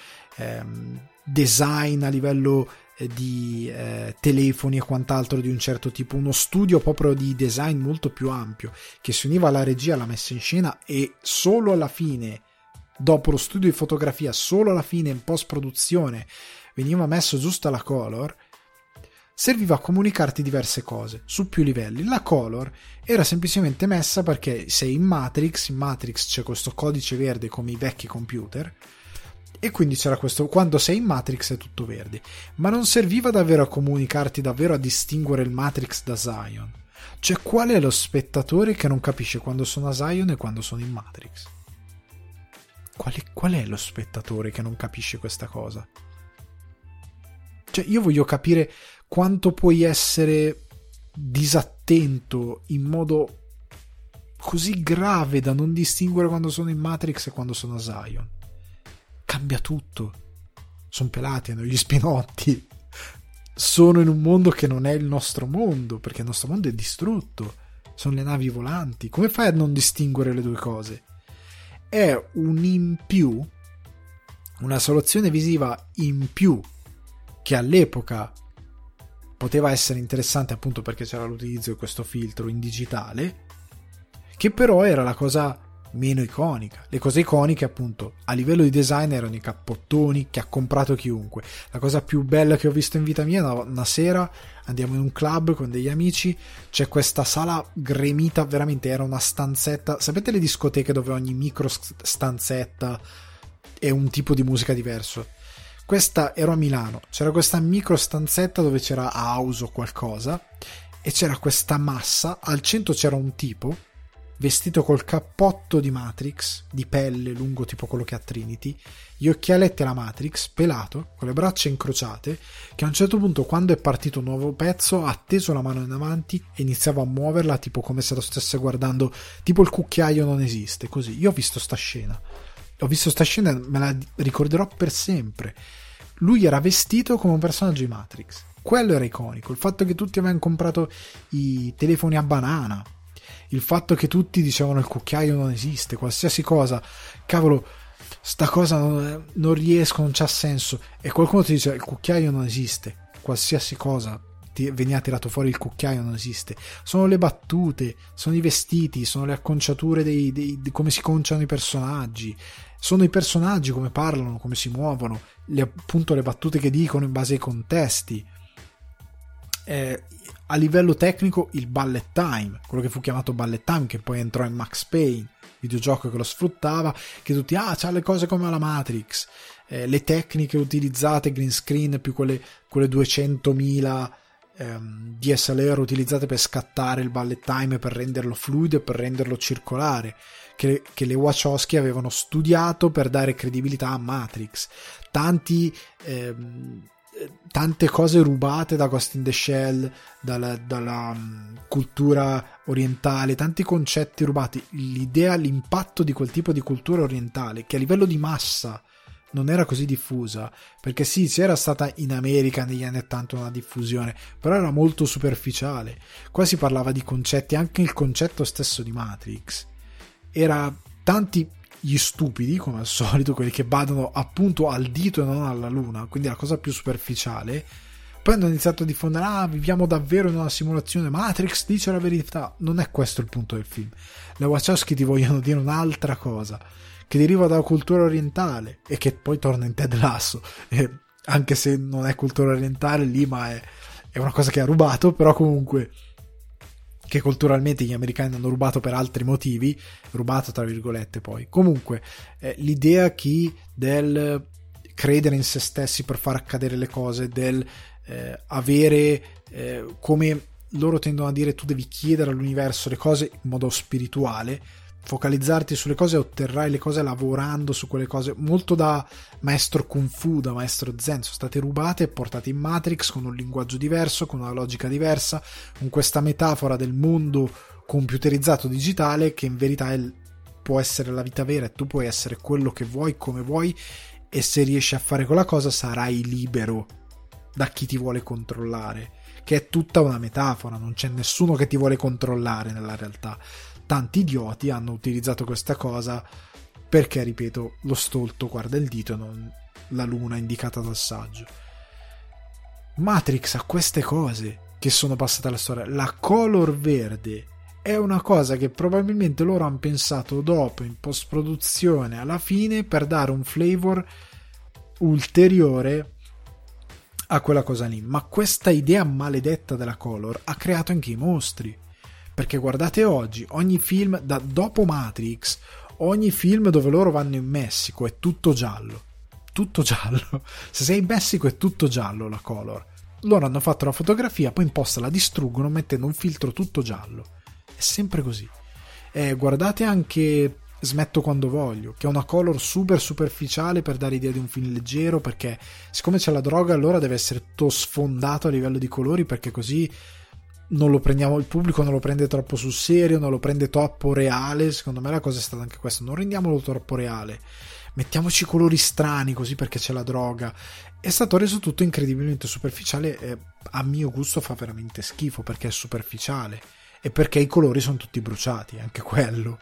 design a livello di telefoni e quant'altro di un certo tipo, uno studio proprio di design molto più ampio che si univa alla regia, alla messa in scena, e solo alla fine, dopo lo studio di fotografia, solo alla fine in post produzione veniva messo giusto la color, serviva a comunicarti diverse cose su più livelli. La color era semplicemente messa perché sei in Matrix c'è questo codice verde come i vecchi computer, e quindi c'era questo, quando sei in Matrix è tutto verde, ma non serviva davvero a comunicarti, davvero a distinguere il Matrix da Zion. Cioè, qual è lo spettatore che non capisce quando sono a Zion e quando sono in Matrix? Qual è lo spettatore che non capisce questa cosa? Cioè, io voglio capire quanto puoi essere disattento in modo così grave da non distinguere quando sono in Matrix e quando sono a Zion. Cambia tutto. Sono pelati, hanno gli spinotti. Sono in un mondo che non è il nostro mondo, perché il nostro mondo è distrutto. Sono le navi volanti. Come fai a non distinguere le due cose? È un in più, una soluzione visiva in più, che all'epoca poteva essere interessante appunto perché c'era l'utilizzo di questo filtro in digitale, che però era la cosa meno iconica. Le cose iconiche appunto a livello di design erano i cappottoni che ha comprato chiunque. La cosa più bella che ho visto in vita mia, una sera andiamo in un club con degli amici, c'è questa sala gremita, veramente era una stanzetta, sapete le discoteche dove ogni micro stanzetta è un tipo di musica diverso? Questa, ero a Milano, c'era questa micro stanzetta dove c'era house o qualcosa e c'era questa massa, al centro c'era un tipo vestito col cappotto di Matrix, di pelle lungo tipo quello che ha Trinity, gli occhialetti alla Matrix, pelato, con le braccia incrociate, che a un certo punto, quando è partito un nuovo pezzo, ha teso la mano in avanti e iniziava a muoverla tipo come se lo stesse guardando, tipo il cucchiaio non esiste, così. Io ho visto sta scena e me la ricorderò per sempre. Lui era vestito come un personaggio di Matrix, quello era iconico. Il fatto che tutti avevano comprato i telefoni a banana, il fatto che tutti dicevano il cucchiaio non esiste, qualsiasi cosa, cavolo, sta cosa non riesco, non c'ha senso, e qualcuno ti dice il cucchiaio non esiste, qualsiasi cosa veniva tirato fuori, il cucchiaio non esiste. Sono le battute, sono i vestiti, sono le acconciature di come si conciano i personaggi, sono i personaggi come parlano, come si muovono, appunto le battute che dicono in base ai contesti. A livello tecnico il bullet time, quello che fu chiamato bullet time, che poi entrò in Max Payne, videogioco che lo sfruttava, che tutti c'ha le cose come la Matrix, le tecniche utilizzate, green screen più quelle 200.000 DSLR utilizzate per scattare il bullet time, per renderlo fluido e per renderlo circolare, che le Wachowski avevano studiato per dare credibilità a Matrix. Tante cose rubate da Ghost in the Shell, dalla cultura orientale, tanti concetti rubati, l'idea, l'impatto di quel tipo di cultura orientale che a livello di massa non era così diffusa, perché sì, c'era stata in America negli anni 80 una diffusione, però era molto superficiale. Qua si parlava di concetti, anche il concetto stesso di Matrix era tanti gli stupidi, come al solito, quelli che badano appunto al dito e non alla luna, quindi la cosa più superficiale, poi hanno iniziato a diffondere, viviamo davvero in una simulazione, Matrix dice la verità. Non è questo il punto del film. Le Wachowski ti vogliono dire un'altra cosa, che deriva dalla cultura orientale e che poi torna in Ted Lasso, anche se non è cultura orientale lì, ma è una cosa che ha rubato, però comunque che culturalmente gli americani hanno rubato per altri motivi, rubato tra virgolette poi. Comunque l'idea del credere in se stessi per far accadere le cose, del avere, come loro tendono a dire, tu devi chiedere all'universo le cose in modo spirituale, focalizzarti sulle cose e otterrai le cose lavorando su quelle cose, molto da maestro Kung Fu, da maestro Zen. Sono state rubate e portate in Matrix con un linguaggio diverso, con una logica diversa, con questa metafora del mondo computerizzato digitale che in verità può essere la vita vera, e tu puoi essere quello che vuoi, come vuoi, e se riesci a fare quella cosa sarai libero da chi ti vuole controllare, che è tutta una metafora, non c'è nessuno che ti vuole controllare nella realtà. Tanti idioti hanno utilizzato questa cosa perché, ripeto, lo stolto guarda il dito e non la luna indicata dal saggio. Matrix ha queste cose che sono passate alla storia. La color verde è una cosa che probabilmente loro hanno pensato dopo in post-produzione alla fine per dare un flavor ulteriore a quella cosa lì, ma questa idea maledetta della color ha creato anche i mostri, perché guardate oggi ogni film dopo Matrix, ogni film dove loro vanno in Messico è tutto giallo, se sei in Messico è tutto giallo la color. Loro hanno fatto la fotografia, poi in post la distruggono mettendo un filtro tutto giallo, è sempre così. Guardate anche Smetto quando voglio, che è una color super superficiale per dare idea di un film leggero, perché siccome c'è la droga allora deve essere tutto sfondato a livello di colori, perché così non lo prendiamo, il pubblico non lo prende troppo sul serio, non lo prende troppo reale. Secondo me la cosa è stata anche questa, non rendiamolo troppo reale, mettiamoci colori strani così perché c'è la droga. È stato reso tutto incredibilmente superficiale e a mio gusto fa veramente schifo, perché è superficiale e perché i colori sono tutti bruciati, anche quello.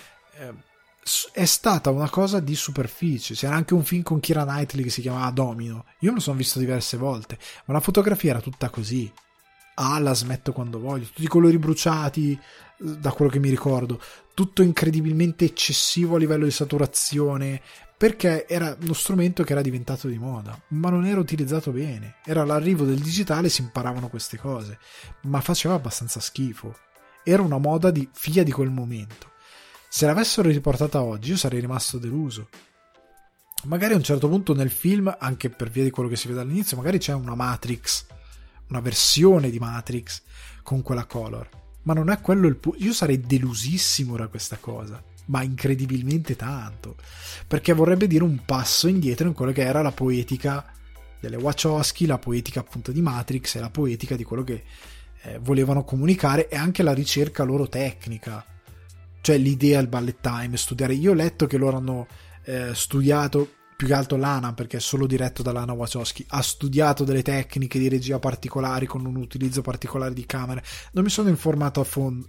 È stata una cosa di superficie. C'era anche un film con Keira Knightley che si chiamava Domino, io me lo sono visto diverse volte, ma la fotografia era tutta così, la smetto quando voglio, tutti i colori bruciati, da quello che mi ricordo, tutto incredibilmente eccessivo a livello di saturazione, perché era uno strumento che era diventato di moda, ma non era utilizzato bene. Era l'arrivo del digitale, si imparavano queste cose, ma faceva abbastanza schifo. Era una moda figlia di quel momento. Se l'avessero riportata oggi io sarei rimasto deluso. Magari a un certo punto nel film, anche per via di quello che si vede all'inizio, magari c'è una Matrix, una versione di Matrix con quella color, ma non è quello il punto. Io sarei delusissimo da questa cosa, ma incredibilmente tanto, perché vorrebbe dire un passo indietro in quello che era la poetica delle Wachowski, la poetica appunto di Matrix e la poetica di quello che volevano comunicare, e anche la ricerca loro tecnica, cioè l'idea, il bullet time, studiare. Io ho letto che loro hanno studiato, più che altro Lana, perché è solo diretto da Lana Wachowski, ha studiato delle tecniche di regia particolari con un utilizzo particolare di camere. Non mi sono informato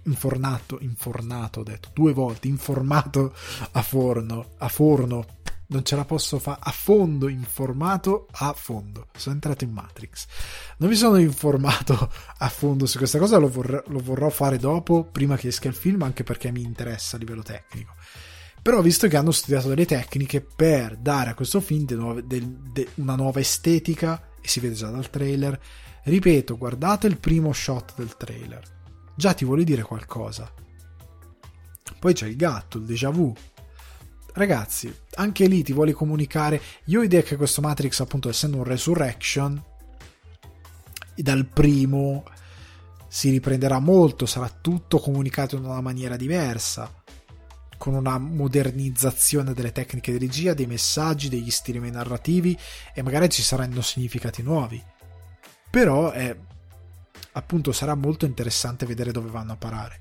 ho detto 2 volte, informato a forno, non ce la posso fare, a fondo, informato a fondo. Sono entrato in Matrix, non mi sono informato a fondo su questa cosa, lo vorrò fare dopo, prima che esca il film, anche perché mi interessa a livello tecnico. Però visto che hanno studiato delle tecniche per dare a questo film una nuova estetica, e si vede già dal trailer, ripeto, guardate il primo shot del trailer, già ti vuole dire qualcosa. Poi c'è il gatto, il déjà vu. Ragazzi, anche lì ti vuole comunicare. Io ho idea che questo Matrix, appunto, essendo un resurrection, dal primo si riprenderà molto, sarà tutto comunicato in una maniera diversa, con una modernizzazione delle tecniche di regia, dei messaggi, degli stili narrativi, e magari ci saranno significati nuovi. Però appunto sarà molto interessante vedere dove vanno a parare.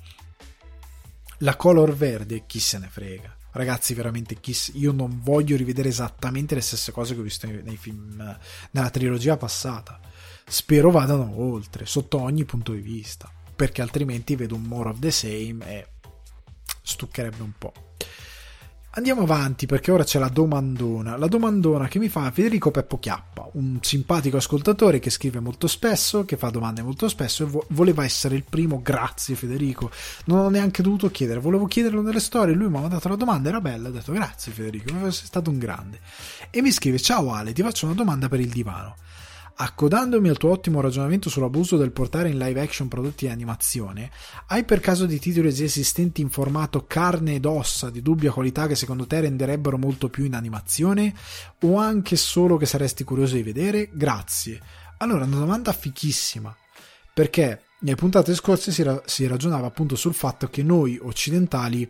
La color verde, chi se ne frega. Ragazzi, veramente io non voglio rivedere esattamente le stesse cose che ho visto nei film, nella trilogia passata. Spero vadano oltre, sotto ogni punto di vista, perché altrimenti vedo un more of the same e stuccherebbe un po'. Andiamo avanti perché ora c'è la domandona che mi fa Federico Peppo Chiappa, un simpatico ascoltatore che scrive molto spesso, che fa domande molto spesso e voleva essere il primo. Grazie Federico, non ho neanche dovuto chiedere, volevo chiederlo nelle storie, lui mi ha mandato la domanda, era bella, ho detto grazie Federico, sei stato un grande. E mi scrive: ciao Ale, ti faccio una domanda per il divano. Accodandomi al tuo ottimo ragionamento sull'abuso del portare in live action prodotti di animazione, hai per caso di titoli già esistenti in formato carne ed ossa di dubbia qualità che secondo te renderebbero molto più in animazione? O anche solo che saresti curioso di vedere? Grazie. Allora, una domanda fichissima, perché nelle puntate scorse si ragionava appunto sul fatto che noi occidentali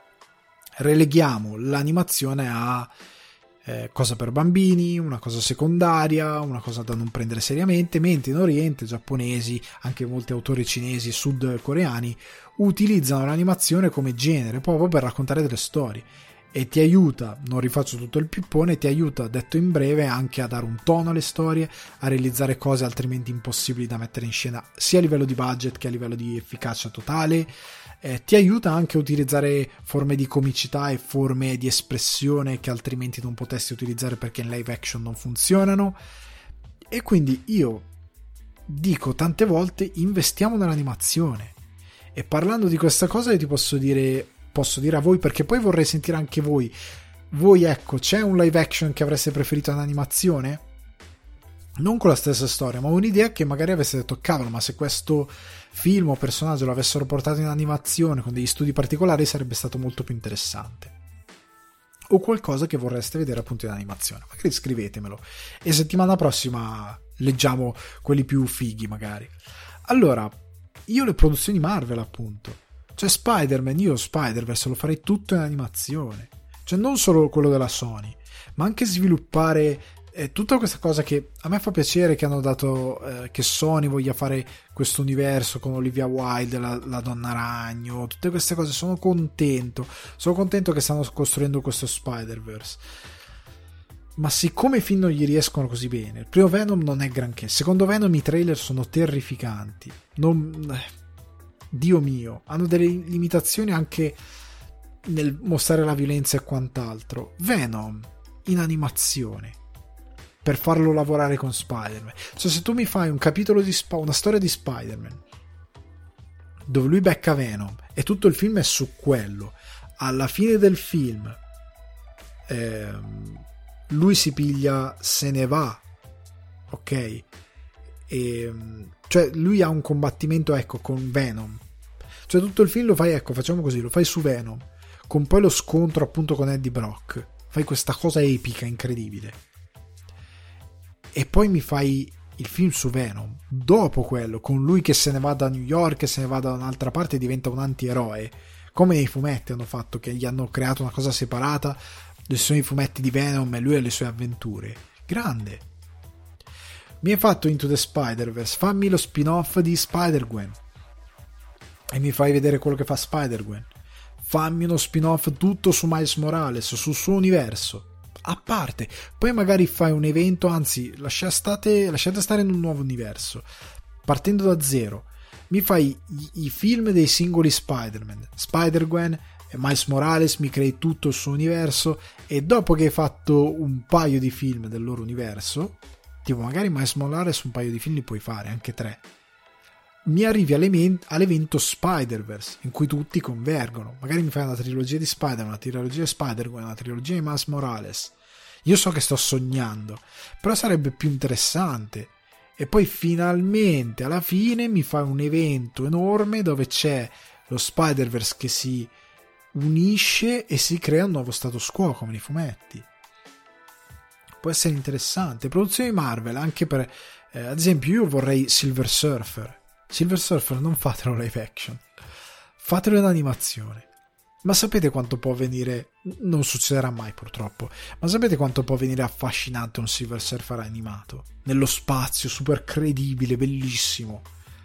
releghiamo l'animazione a cosa per bambini, una cosa secondaria, una cosa da non prendere seriamente, mentre in Oriente, giapponesi, anche molti autori cinesi, sudcoreani, utilizzano l'animazione come genere proprio per raccontare delle storie, e ti aiuta, non rifaccio tutto il pippone, ti aiuta, detto in breve, anche a dare un tono alle storie, a realizzare cose altrimenti impossibili da mettere in scena sia a livello di budget che a livello di efficacia totale. Ti aiuta anche a utilizzare forme di comicità e forme di espressione che altrimenti non potessi utilizzare perché in live action non funzionano. E quindi io dico tante volte: investiamo nell'animazione. E parlando di questa cosa io ti posso dire a voi, perché poi vorrei sentire anche voi, ecco, c'è un live action che avreste preferito in animazione? Non con la stessa storia, ma un'idea che magari avesse detto: cavolo, ma se questo film o personaggio lo avessero portato in animazione con degli studi particolari sarebbe stato molto più interessante. O qualcosa che vorreste vedere appunto in animazione, magari scrivetemelo e settimana prossima leggiamo quelli più fighi magari. Allora, io le produzioni Marvel appunto, cioè Spider-Man, io Spider-Verse lo farei tutto in animazione, cioè non solo quello della Sony, ma anche sviluppare tutta questa cosa che a me fa piacere che hanno dato, che Sony voglia fare questo universo con Olivia Wilde, la Donna Ragno, tutte queste cose. Sono contento che stanno costruendo questo Spider-Verse, ma siccome i film non gli riescono così bene, il primo Venom non è granché, il secondo Venom i trailer sono terrificanti, Dio mio, hanno delle limitazioni anche nel mostrare la violenza e quant'altro. Venom in animazione per farlo lavorare con Spider-Man, cioè se tu mi fai un capitolo di una storia di Spider-Man dove lui becca Venom e tutto il film è su quello, alla fine del film lui si piglia, se ne va, ok, e cioè lui ha un combattimento, ecco, con Venom, cioè tutto il film lo fai, ecco, facciamo così, lo fai su Venom con poi lo scontro appunto con Eddie Brock, fai questa cosa epica, incredibile, e poi mi fai il film su Venom dopo quello, con lui che se ne va da New York, se ne va da un'altra parte e diventa un antieroe, come nei fumetti hanno fatto, che gli hanno creato una cosa separata, ci sono i fumetti di Venom e lui e le sue avventure. Grande. Mi hai fatto Into the Spider-Verse, fammi lo spin-off di Spider-Gwen e mi fai vedere quello che fa Spider-Gwen, fammi uno spin-off tutto su Miles Morales, sul suo universo a parte, poi magari fai un evento, anzi lasciate stare in un nuovo universo, partendo da zero, mi fai i film dei singoli Spider-Man, Spider-Gwen e Miles Morales, mi crei tutto il suo universo, e dopo che hai fatto un paio di film del loro universo, tipo magari Miles Morales un paio di film li puoi fare, anche 3, mi arrivi all'evento Spider-Verse in cui tutti convergono, magari mi fai una trilogia di Spider-Man, una trilogia di Spider-Man, una trilogia di Miles Morales. Io so che sto sognando, però sarebbe più interessante. E poi finalmente alla fine mi fai un evento enorme dove c'è lo Spider-Verse che si unisce e si crea un nuovo status quo come nei fumetti. Può essere interessante. Produzioni Marvel anche per ad esempio, io vorrei Silver Surfer, non fatelo live action, fatelo in animazione. Ma sapete quanto può venire, non succederà mai purtroppo, ma sapete quanto può venire affascinante un Silver Surfer animato? Nello spazio, super credibile, bellissimo,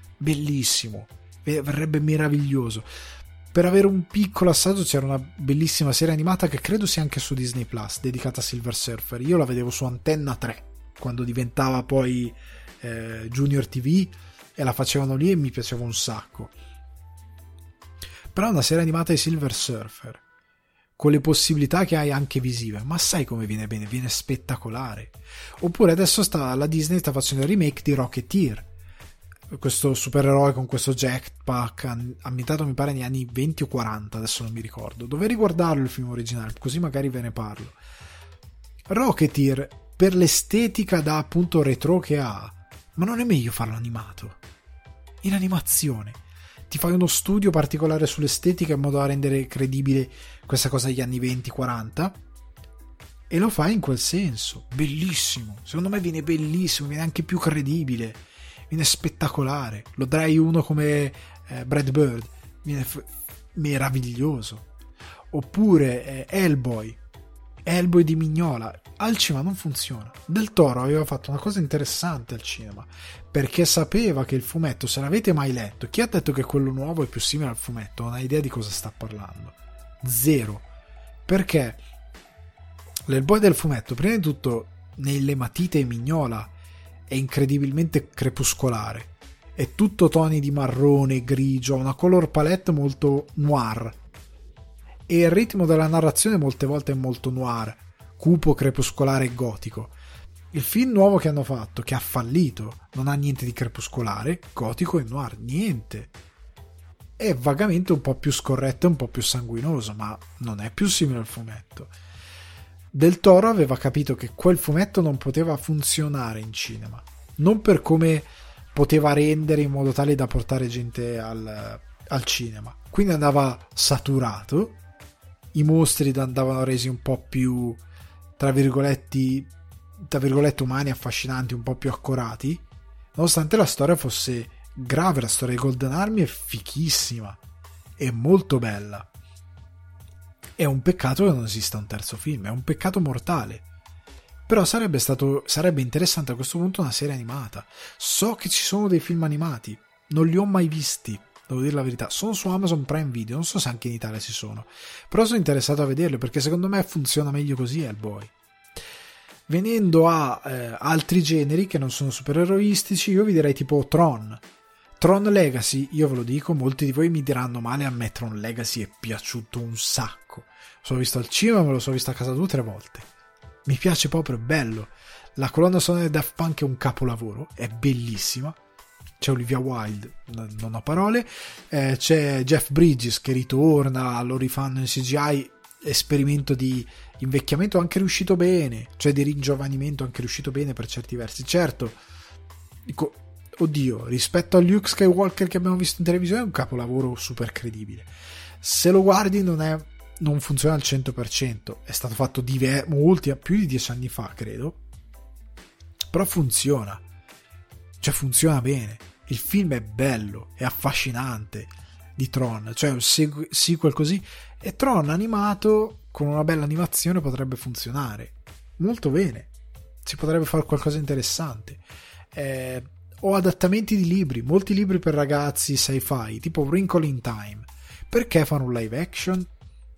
verrebbe meraviglioso. Per avere un piccolo assaggio c'era una bellissima serie animata che credo sia anche su Disney Plus, dedicata a Silver Surfer. Io la vedevo su Antenna 3, quando diventava poi Junior TV, e la facevano lì e mi piaceva un sacco. Però una serie animata di Silver Surfer con le possibilità che hai anche visive, ma sai come viene bene? Viene spettacolare. Oppure adesso la Disney sta facendo il remake di Rocketeer, questo supereroe con questo jetpack ambientato mi pare negli anni 20 o 40, adesso non mi ricordo. Dovrei riguardarlo il film originale, così magari ve ne parlo. Rocketeer, per l'estetica da appunto retro che ha, ma non è meglio farlo animato? In animazione ti fai uno studio particolare sull'estetica in modo da rendere credibile questa cosa degli anni 20-40 e lo fai in quel senso. Bellissimo, secondo me viene bellissimo, viene anche più credibile, viene spettacolare. Lo darai uno come Brad Bird, viene meraviglioso. Oppure Hellboy di Mignola al cinema non funziona. Del Toro aveva fatto una cosa interessante al cinema, perché sapeva che il fumetto, se l'avete mai letto, chi ha detto che quello nuovo è più simile al fumetto non ha idea di cosa sta parlando. Zero. Perché l'Hellboy del fumetto, prima di tutto, nelle matite Mignola è incredibilmente crepuscolare, è tutto toni di marrone, grigio, una color palette molto noir, e il ritmo della narrazione molte volte è molto noir, cupo, crepuscolare e gotico. Il film nuovo che hanno fatto, che ha fallito, non ha niente di crepuscolare, gotico e noir, niente. È vagamente un po' più scorretto e un po' più sanguinoso, ma non è più simile al fumetto. Del Toro aveva capito che quel fumetto non poteva funzionare in cinema, non per come poteva rendere in modo tale da portare gente al cinema, quindi andava saturato, i mostri andavano resi un po' più tra virgolette umani, affascinanti, un po' più accorati, nonostante la storia fosse grave. La storia di Golden Army è fichissima, è molto bella. È un peccato che non esista un terzo film, è un peccato mortale. Però sarebbe interessante a questo punto una serie animata. So che ci sono dei film animati, non li ho mai visti, devo dire la verità. Sono su Amazon Prime Video, non so se anche in Italia ci sono, però sono interessato a vederli perché secondo me funziona meglio così Hellboy. Venendo a altri generi che non sono supereroistici, io vi direi tipo Tron Legacy. Io ve lo dico, molti di voi mi diranno male, a me Tron Legacy è piaciuto un sacco. Lo sono visto al cinema, me lo sono visto a casa 2 o 3 volte. Mi piace proprio, è bello. La colonna sonora di Daft Punk è un capolavoro, è bellissima. C'è Olivia Wilde, non ho parole. C'è Jeff Bridges che ritorna, lo rifanno in CGI, esperimento di invecchiamento anche riuscito bene, cioè di ringiovanimento anche riuscito bene per certi versi. Certo, dico, oddio, rispetto a Luke Skywalker che abbiamo visto in televisione è un capolavoro super credibile. Se lo guardi non funziona al 100%, è stato fatto più di 10 anni fa credo, però funziona, cioè funziona bene. Il film è bello, è affascinante di Tron, cioè un sequel così, e Tron animato con una bella animazione potrebbe funzionare molto bene, si potrebbe fare qualcosa di interessante. O adattamenti di libri, molti libri per ragazzi sci-fi tipo Wrinkle in Time. Perché fare un live action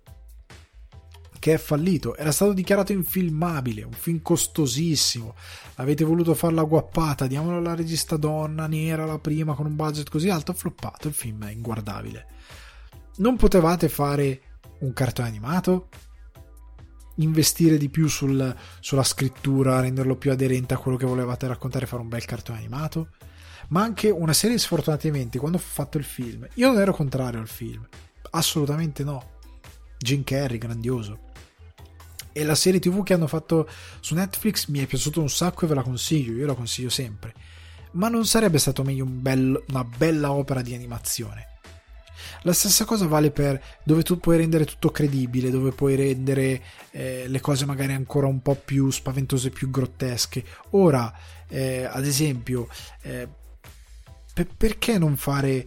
che è fallito? Era stato dichiarato infilmabile, un film costosissimo, avete voluto farla guappata, diamolo alla regista donna nera, la prima, con un budget così alto, floppato, il film è inguardabile. Non potevate fare un cartone animato? Investire di più sulla scrittura, renderlo più aderente a quello che volevate raccontare, fare un bel cartone animato? Ma anche una serie, sfortunatamente, quando ho fatto il film, io non ero contrario al film, assolutamente no. Jim Carrey, grandioso. E la serie TV che hanno fatto su Netflix mi è piaciuta un sacco e ve la consiglio, io la consiglio sempre. Ma non sarebbe stato meglio una bella opera di animazione? La stessa cosa vale per dove tu puoi rendere tutto credibile, dove puoi rendere le cose magari ancora un po' più spaventose, più grottesche. Ora, ad esempio, perché non fare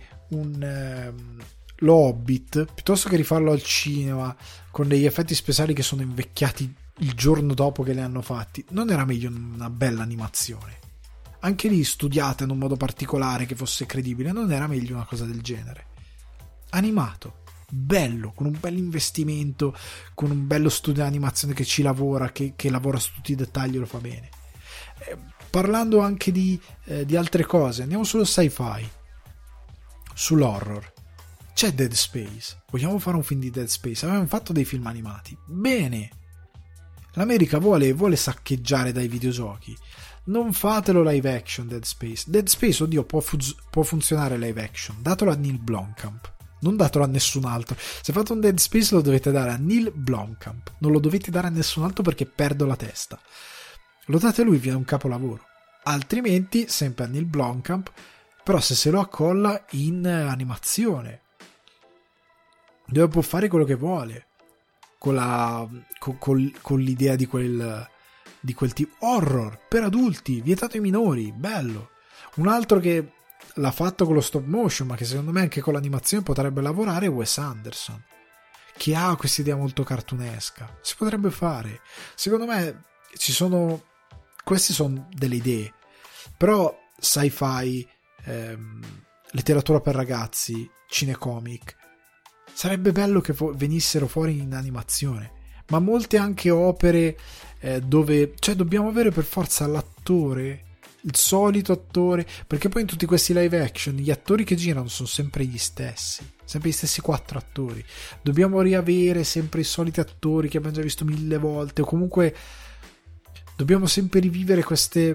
lo Hobbit, piuttosto che rifarlo al cinema con degli effetti speciali che sono invecchiati il giorno dopo che li hanno fatti? Non era meglio una bella animazione? Anche lì studiata in un modo particolare che fosse credibile, non era meglio una cosa del genere? Animato, bello, con un bel investimento, con un bello studio di animazione che ci lavora, che lavora su tutti i dettagli e lo fa bene. Parlando anche di altre cose, andiamo sullo sci-fi, sull'horror. C'è Dead Space, vogliamo fare un film di Dead Space, avevamo fatto dei film animati, bene, l'America vuole saccheggiare dai videogiochi, non fatelo live action. Dead Space, oddio, può funzionare live action, datelo a Neil Blomkamp, non datelo a nessun altro. Se fate un Dead Space lo dovete dare a Neil Blomkamp, non lo dovete dare a nessun altro perché perdo la testa, lo date a lui, viene un capolavoro. Altrimenti sempre a Neil Blomkamp, però se lo accolla in animazione, dove può fare quello che vuole con l'idea di quel tipo horror per adulti, vietato ai minori, bello. Un altro che l'ha fatto con lo stop motion, ma che secondo me anche con l'animazione potrebbe lavorare, è Wes Anderson, che ha questa idea molto cartunesca. Si potrebbe fare, secondo me queste sono delle idee, però sci-fi, letteratura per ragazzi, cinecomic, sarebbe bello che venissero fuori in animazione. Ma molte anche opere dove, cioè, dobbiamo avere per forza l'attore, il solito attore, perché poi in tutti questi live action gli attori che girano sono sempre gli stessi 4 attori. Dobbiamo riavere sempre i soliti attori che abbiamo già visto 1000 volte, o comunque dobbiamo sempre rivivere questa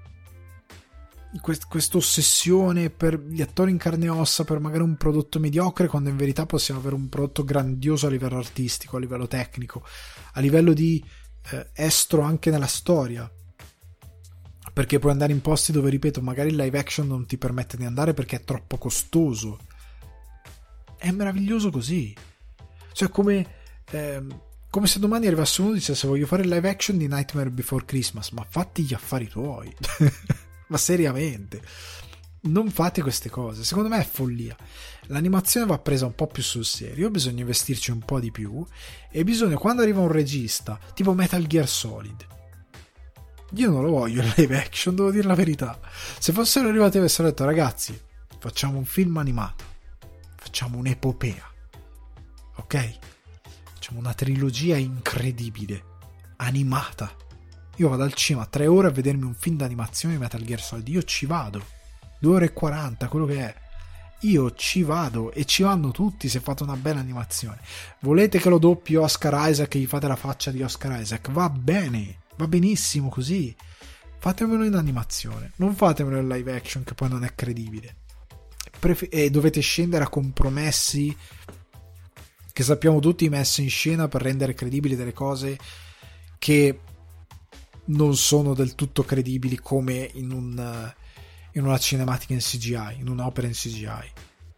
ossessione per gli attori in carne e ossa, per magari un prodotto mediocre, quando in verità possiamo avere un prodotto grandioso a livello artistico, a livello tecnico, a livello di estro anche nella storia, perché puoi andare in posti dove, ripeto, magari il live action non ti permette di andare perché è troppo costoso. È meraviglioso così, cioè come se domani arrivasse uno e dicesse voglio fare il live action di Nightmare Before Christmas, ma fatti gli affari tuoi. Ma seriamente, non fate queste cose, secondo me è follia. L'animazione va presa un po' più sul serio, bisogna investirci un po' di più, e bisogna, quando arriva un regista tipo Metal Gear Solid, io non lo voglio in live action, devo dire la verità. Se fossero arrivati e avessero detto ragazzi, facciamo un film animato, facciamo un'epopea, ok, facciamo una trilogia incredibile animata, io vado al cinema 3 ore a vedermi un film d'animazione di Metal Gear Solid, io ci vado 2 ore e 40, quello che è, io ci vado, e ci vanno tutti se fate una bella animazione. Volete che lo doppi Oscar Isaac e gli fate la faccia di Oscar Isaac, va bene, va benissimo così, fatemelo in animazione, non fatemelo in live action che poi non è credibile. E dovete scendere a compromessi che sappiamo tutti messi in scena per rendere credibili delle cose che non sono del tutto credibili, come in una cinematica in CGI, in un'opera in CGI.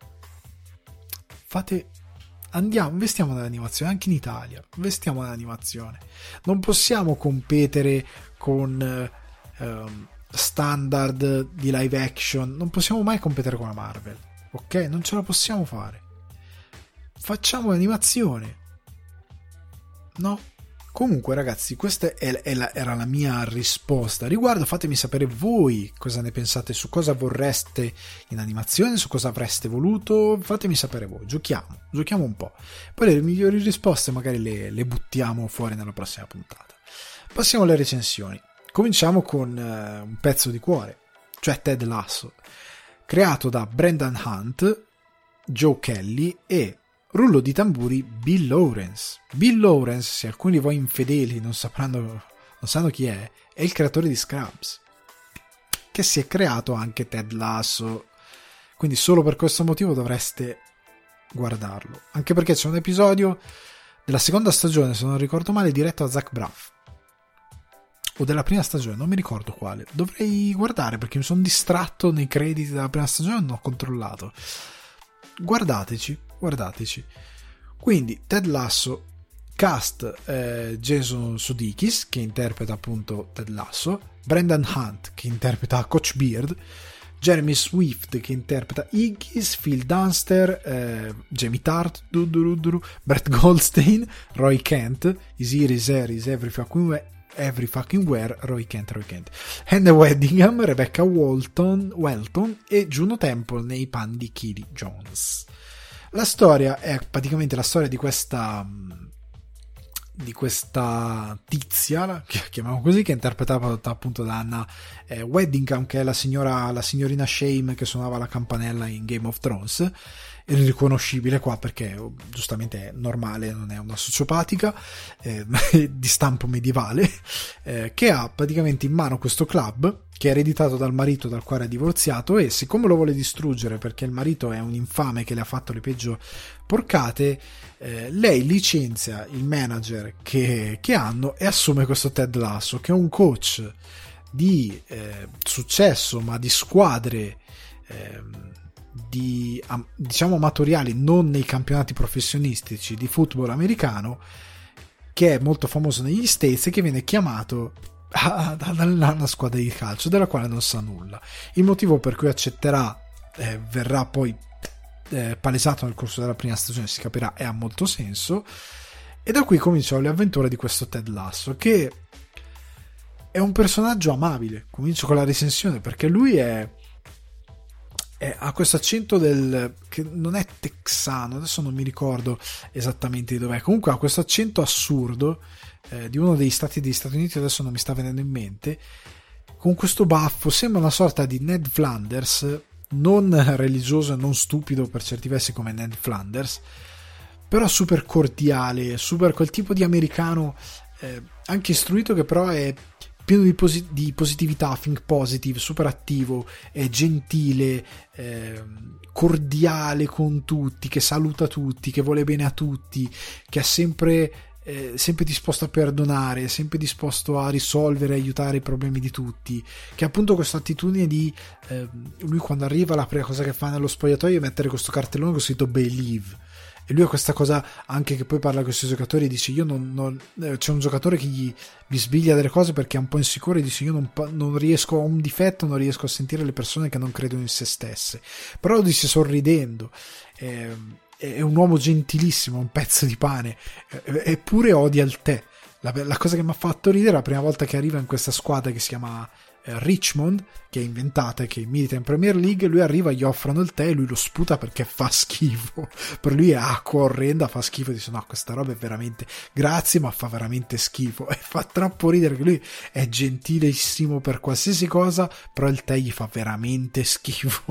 Investiamo nell'animazione, anche in Italia investiamo nell'animazione. Non possiamo competere con standard di live action, non possiamo mai competere con la Marvel, ok? Non ce la possiamo fare. Facciamo l'animazione, no? Comunque ragazzi, questa era la mia risposta a riguardo. Fatemi sapere voi cosa ne pensate, su cosa vorreste in animazione, su cosa avreste voluto. Fatemi sapere voi, giochiamo un po', poi le migliori risposte magari le buttiamo fuori nella prossima puntata. Passiamo alle recensioni. Cominciamo con un pezzo di cuore, cioè Ted Lasso, creato da Brendan Hunt, Joe Kelly e, rullo di tamburi, Bill Lawrence. Bill Lawrence, se alcuni di voi infedeli non sanno chi è il creatore di Scrubs, che si è creato anche Ted Lasso, quindi solo per questo motivo dovreste guardarlo, anche perché c'è un episodio della seconda stagione, se non ricordo male, diretto da Zach Braff, o della prima stagione, non mi ricordo quale, dovrei guardare perché mi sono distratto nei crediti della prima stagione, non ho controllato. Guardateci. Quindi Ted Lasso, cast Jason Sudeikis che interpreta appunto Ted Lasso, Brendan Hunt che interpreta Coach Beard, Jeremy Swift che interpreta Iggy's, Phil Dunster, Jamie Tart, Brett Goldstein, Roy Kent, Is Here, Is There, Is Every Fucking Where, Roy Kent, Hannah Waddingham, Rebecca Welton e Juno Temple nei panni di Keely Jones. La storia è praticamente la storia di questa tizia, chiamiamo così, che è interpretata appunto da Hannah Waddingham, che è la signorina Shame che suonava la campanella in Game of Thrones, riconoscibile qua perché giustamente è normale, non è una sociopatica di stampo medievale, che ha praticamente in mano questo club che è ereditato dal marito dal quale è divorziato, e siccome lo vuole distruggere perché il marito è un infame che le ha fatto le peggio porcate, lei licenzia il manager che hanno e assume questo Ted Lasso, che è un coach di successo, ma di squadre diciamo amatoriali, non nei campionati professionistici di football americano, che è molto famoso negli States e che viene chiamato dalla squadra di calcio della quale non sa nulla. Il motivo per cui accetterà verrà poi palesato nel corso della prima stagione, si capirà, e ha molto senso, e da qui cominciano le avventure di questo Ted Lasso, che è un personaggio amabile. Comincio con la recensione perché lui ha questo accento che non è texano, adesso non mi ricordo esattamente di dov'è, comunque ha questo accento assurdo di uno degli stati degli Stati Uniti, adesso non mi sta venendo in mente, con questo baffo, sembra una sorta di Ned Flanders, non religioso e non stupido per certi versi come Ned Flanders, però super cordiale, super quel tipo di americano anche istruito, che però è pieno di positività, think positive, super attivo, gentile, cordiale con tutti, che saluta tutti, che vuole bene a tutti, che è sempre disposto a perdonare, sempre disposto a risolvere, aiutare i problemi di tutti, che ha appunto questa attitudine di lui quando arriva la prima cosa che fa nello spogliatoio è mettere questo cartellone con scritto Believe, e lui ha questa cosa anche che poi parla con i suoi giocatori e dice c'è un giocatore che gli bisbiglia delle cose perché è un po' insicuro e dice io non riesco, ho un difetto, non riesco a sentire le persone che non credono in se stesse, però lo dice sorridendo, è un uomo gentilissimo, un pezzo di pane, eppure odia il tè. La cosa che mi ha fatto ridere la prima volta che arriva in questa squadra che si chiama Richmond, che è inventata e che milita in Premier League, lui arriva, gli offrono il tè e lui lo sputa perché fa schifo, per lui è acqua orrenda, fa schifo, e dice no, questa roba è veramente, grazie, ma fa veramente schifo, e fa troppo ridere che lui è gentilissimo per qualsiasi cosa, però il tè gli fa veramente schifo.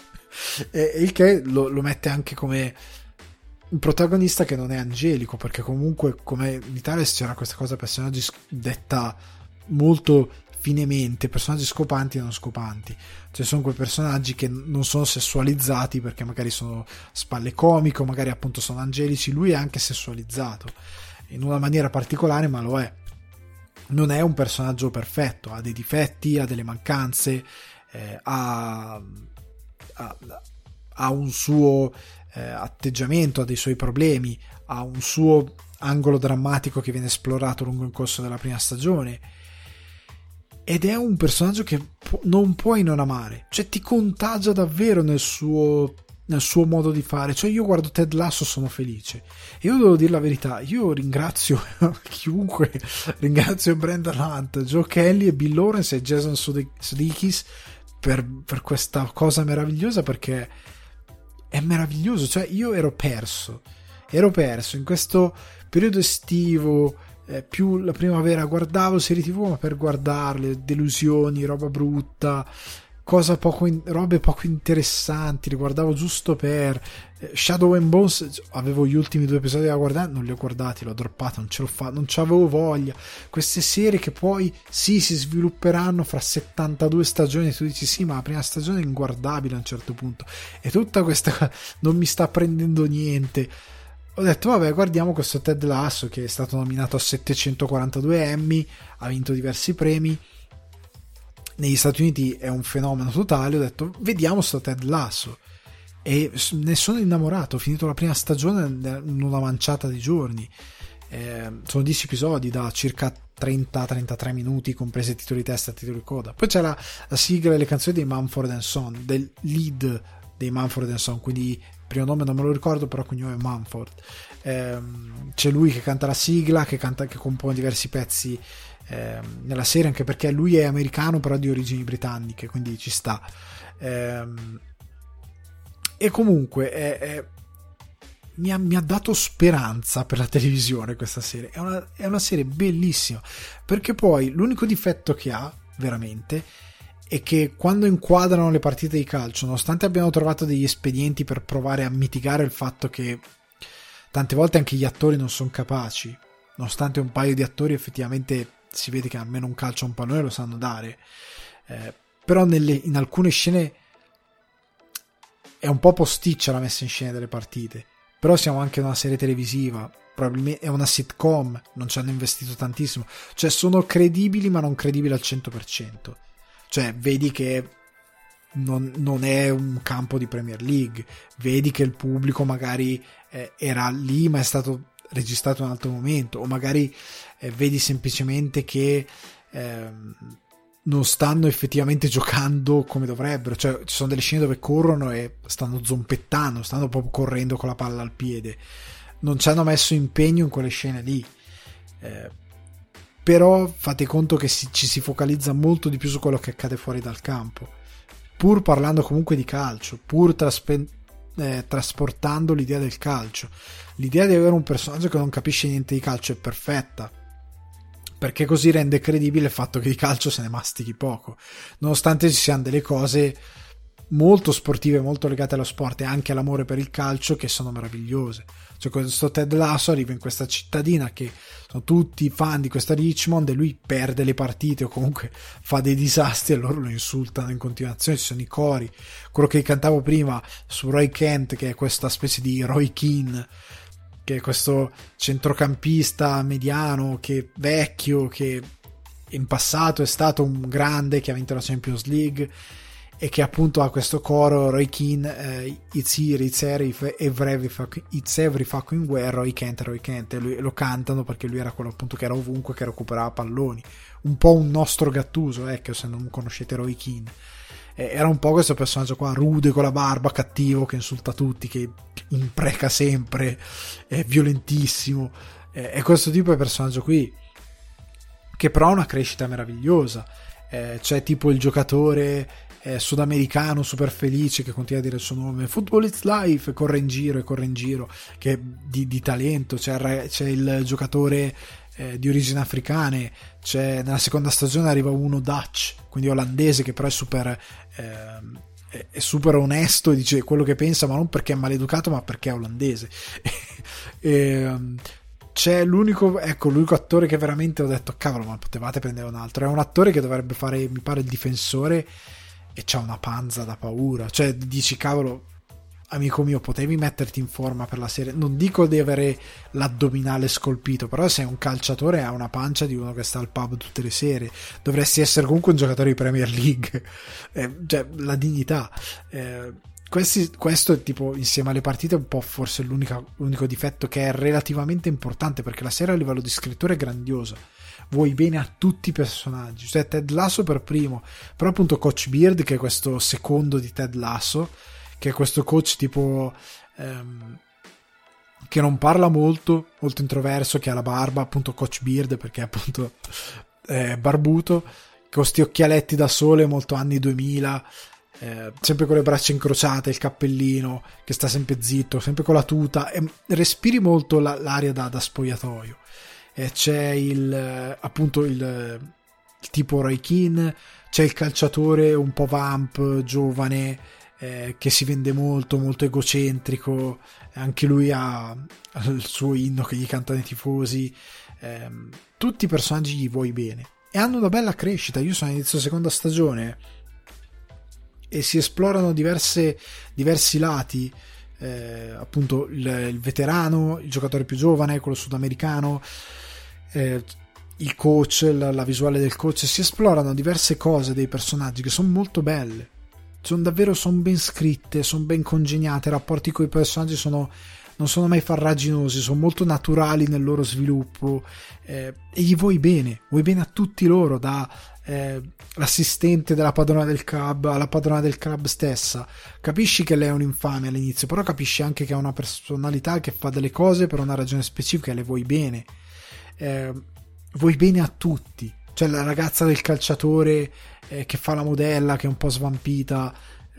E il che lo mette anche come un protagonista che non è angelico, perché comunque come in Italia c'era questa cosa, personaggi detta molto finemente, personaggi scopanti e non scopanti, cioè sono quei personaggi che non sono sessualizzati perché magari sono spalle comiche o magari appunto sono angelici. Lui è anche sessualizzato in una maniera particolare, ma lo è, non è un personaggio perfetto, ha dei difetti, ha delle mancanze, ha un suo atteggiamento, ha dei suoi problemi, ha un suo angolo drammatico che viene esplorato lungo il corso della prima stagione, ed è un personaggio che non puoi non amare, cioè ti contagia davvero nel suo modo di fare. Cioè io guardo Ted Lasso, sono felice, e io devo dire la verità, io ringrazio chiunque, ringrazio Brendan Hunt, Joe Kelly e Bill Lawrence e Jason Sudeikis per questa cosa meravigliosa, perché è meraviglioso. Cioè io ero perso in questo periodo estivo, più la primavera, guardavo serie TV ma per guardarle, delusioni, roba brutta, robe poco interessanti, li guardavo giusto per Shadow and Bones, avevo gli ultimi 2 episodi da guardare, non li ho guardati, l'ho droppato, non ce l'ho fatto, non c'avevo voglia. Queste serie che poi si svilupperanno fra 72 stagioni, tu dici sì, ma la prima stagione è inguardabile a un certo punto, e tutta questa non mi sta prendendo niente. Ho detto vabbè, guardiamo questo Ted Lasso, che è stato nominato a 742 Emmy, ha vinto diversi premi, negli Stati Uniti è un fenomeno totale. Ho detto vediamo sto Ted Lasso, e ne sono innamorato. Ho finito la prima stagione in una manciata di giorni, sono 10 episodi da circa 30-33 minuti, compresi titoli di testa e titoli di coda. Poi c'è la sigla e le canzoni dei Mumford & Son, del lead dei Mumford & Son, quindi primo nome non me lo ricordo, però cognome è Mumford. C'è lui che canta la sigla, che compone diversi pezzi nella serie, anche perché lui è americano però di origini britanniche, quindi ci sta. E comunque mi ha dato speranza per la televisione questa serie. È una serie bellissima, perché poi l'unico difetto che ha veramente e che quando inquadrano le partite di calcio, nonostante abbiano trovato degli espedienti per provare a mitigare il fatto che tante volte anche gli attori non sono capaci, nonostante un paio di attori effettivamente si vede che almeno un calcio a un pallone lo sanno dare, però in alcune scene è un po' posticcia la messa in scena delle partite, però siamo anche una serie televisiva, probabilmente è una sitcom, non ci hanno investito tantissimo, cioè sono credibili ma non credibili al 100%, cioè vedi che non è un campo di Premier League, vedi che il pubblico magari era lì ma è stato registrato in un altro momento, o magari vedi semplicemente che non stanno effettivamente giocando come dovrebbero, cioè ci sono delle scene dove corrono e stanno zompettando, stanno proprio correndo con la palla al piede, non ci hanno messo impegno in quelle scene lì, però fate conto che ci si focalizza molto di più su quello che accade fuori dal campo, pur parlando comunque di calcio, pur trasportando l'idea del calcio. L'idea di avere un personaggio che non capisce niente di calcio è perfetta, perché così rende credibile il fatto che di calcio se ne mastichi poco, nonostante ci siano delle cose molto sportive, molto legate allo sport e anche all'amore per il calcio che sono meravigliose. Cioè questo Ted Lasso arriva in questa cittadina che sono tutti fan di questa Richmond e lui perde le partite o comunque fa dei disastri e loro lo insultano in continuazione. Ci sono i cori, quello che cantavo prima su Roy Kent, che è questa specie di Roy Keane, che è questo centrocampista mediano, che vecchio, che in passato è stato un grande, che ha vinto la Champions League e che appunto ha questo coro Roy Keane, it's every fucking where, Roy Kent, e lui, lo cantano perché lui era quello appunto che era ovunque, che recuperava palloni, un po' un nostro Gattuso, se non conoscete Roy Keane. Era un po' questo personaggio qua, rude, con la barba, cattivo, che insulta tutti, che impreca sempre, è violentissimo, è questo tipo di personaggio qui, che però ha una crescita meravigliosa. C'è tipo il giocatore sudamericano super felice che continua a dire il suo nome, Football is life, e corre in giro, che è di talento. C'è il giocatore di origini africane, nella seconda stagione arriva uno Dutch, quindi olandese, che però è super onesto e dice quello che pensa, ma non perché è maleducato ma perché è olandese. C'è l'unico attore che veramente ho detto cavolo, ma potevate prendere un altro, è un attore che dovrebbe fare, mi pare, il difensore, e c'ha una panza da paura, cioè dici cavolo amico mio, potevi metterti in forma per la serie, non dico di avere l'addominale scolpito, però sei un calciatore e ha una pancia di uno che sta al pub tutte le sere, dovresti essere comunque un giocatore di Premier League, cioè la dignità. Questo è tipo, insieme alle partite, un po' forse l'unico difetto, che è relativamente importante, perché la serie a livello di scrittura è grandiosa, vuoi bene a tutti i personaggi, cioè Ted Lasso per primo, però appunto Coach Beard, che è questo secondo di Ted Lasso, che è questo coach tipo che non parla molto introverso, che ha la barba, appunto Coach Beard, perché appunto è barbuto, con sti occhialetti da sole molto anni 2000, sempre con le braccia incrociate, il cappellino, che sta sempre zitto, sempre con la tuta, e respiri molto l'aria da spogliatoio. C'è il tipo Roy Keane, c'è il calciatore un po' vamp, giovane, che si vende molto egocentrico, anche lui ha il suo inno che gli cantano i tifosi, tutti i personaggi gli vuoi bene e hanno una bella crescita. Io sono all'inizio seconda stagione e si esplorano diversi lati, appunto il veterano, il giocatore più giovane, quello sudamericano, il coach, la visuale del coach, si esplorano diverse cose dei personaggi che sono molto belle, sono ben scritte, sono ben congegnate, i rapporti con i personaggi non sono mai farraginosi, sono molto naturali nel loro sviluppo, e gli vuoi bene a tutti loro, da l'assistente della padrona del club alla padrona del club stessa. Capisci che lei è un infame all'inizio, però capisci anche che ha una personalità, che fa delle cose per una ragione specifica e le vuoi bene. Vuoi bene a tutti. C'è la ragazza del calciatore che fa la modella, che è un po' svampita,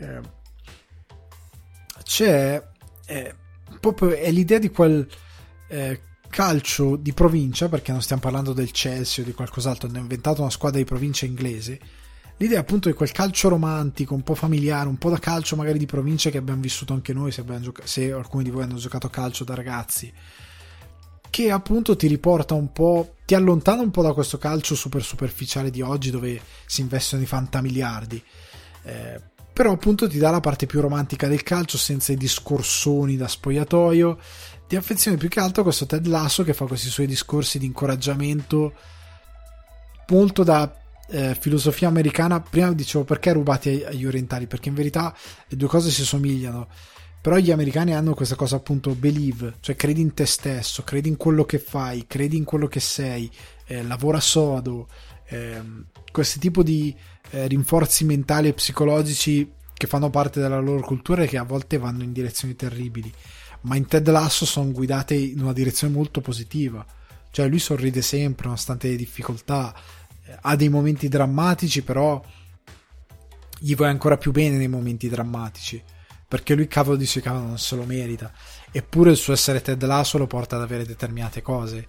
proprio è l'idea di quel calcio di provincia, perché non stiamo parlando del Chelsea o di qualcos'altro, hanno inventato una squadra di provincia inglese, l'idea appunto di quel calcio romantico, un po' familiare, un po' da calcio magari di provincia che abbiamo vissuto anche noi, se alcuni di voi hanno giocato a calcio da ragazzi, che appunto ti riporta un po', ti allontana un po' da questo calcio super superficiale di oggi dove si investono i fantamiliardi, però appunto ti dà la parte più romantica del calcio senza i discorsoni da spogliatoio. Ti affezioni più che altro a questo Ted Lasso che fa questi suoi discorsi di incoraggiamento molto da filosofia americana. Prima dicevo perché rubati agli orientali, perché in verità le due cose si somigliano, però gli americani hanno questa cosa appunto believe, cioè credi in te stesso, credi in quello che fai, credi in quello che sei, lavora sodo, questi tipo di rinforzi mentali e psicologici che fanno parte della loro cultura e che a volte vanno in direzioni terribili, ma in Ted Lasso sono guidate in una direzione molto positiva. Cioè lui sorride sempre nonostante le difficoltà, ha dei momenti drammatici, però gli vuoi ancora più bene nei momenti drammatici, perché lui cavolo di suo cavolo non se lo merita, eppure il suo essere Ted Lasso lo porta ad avere determinate cose.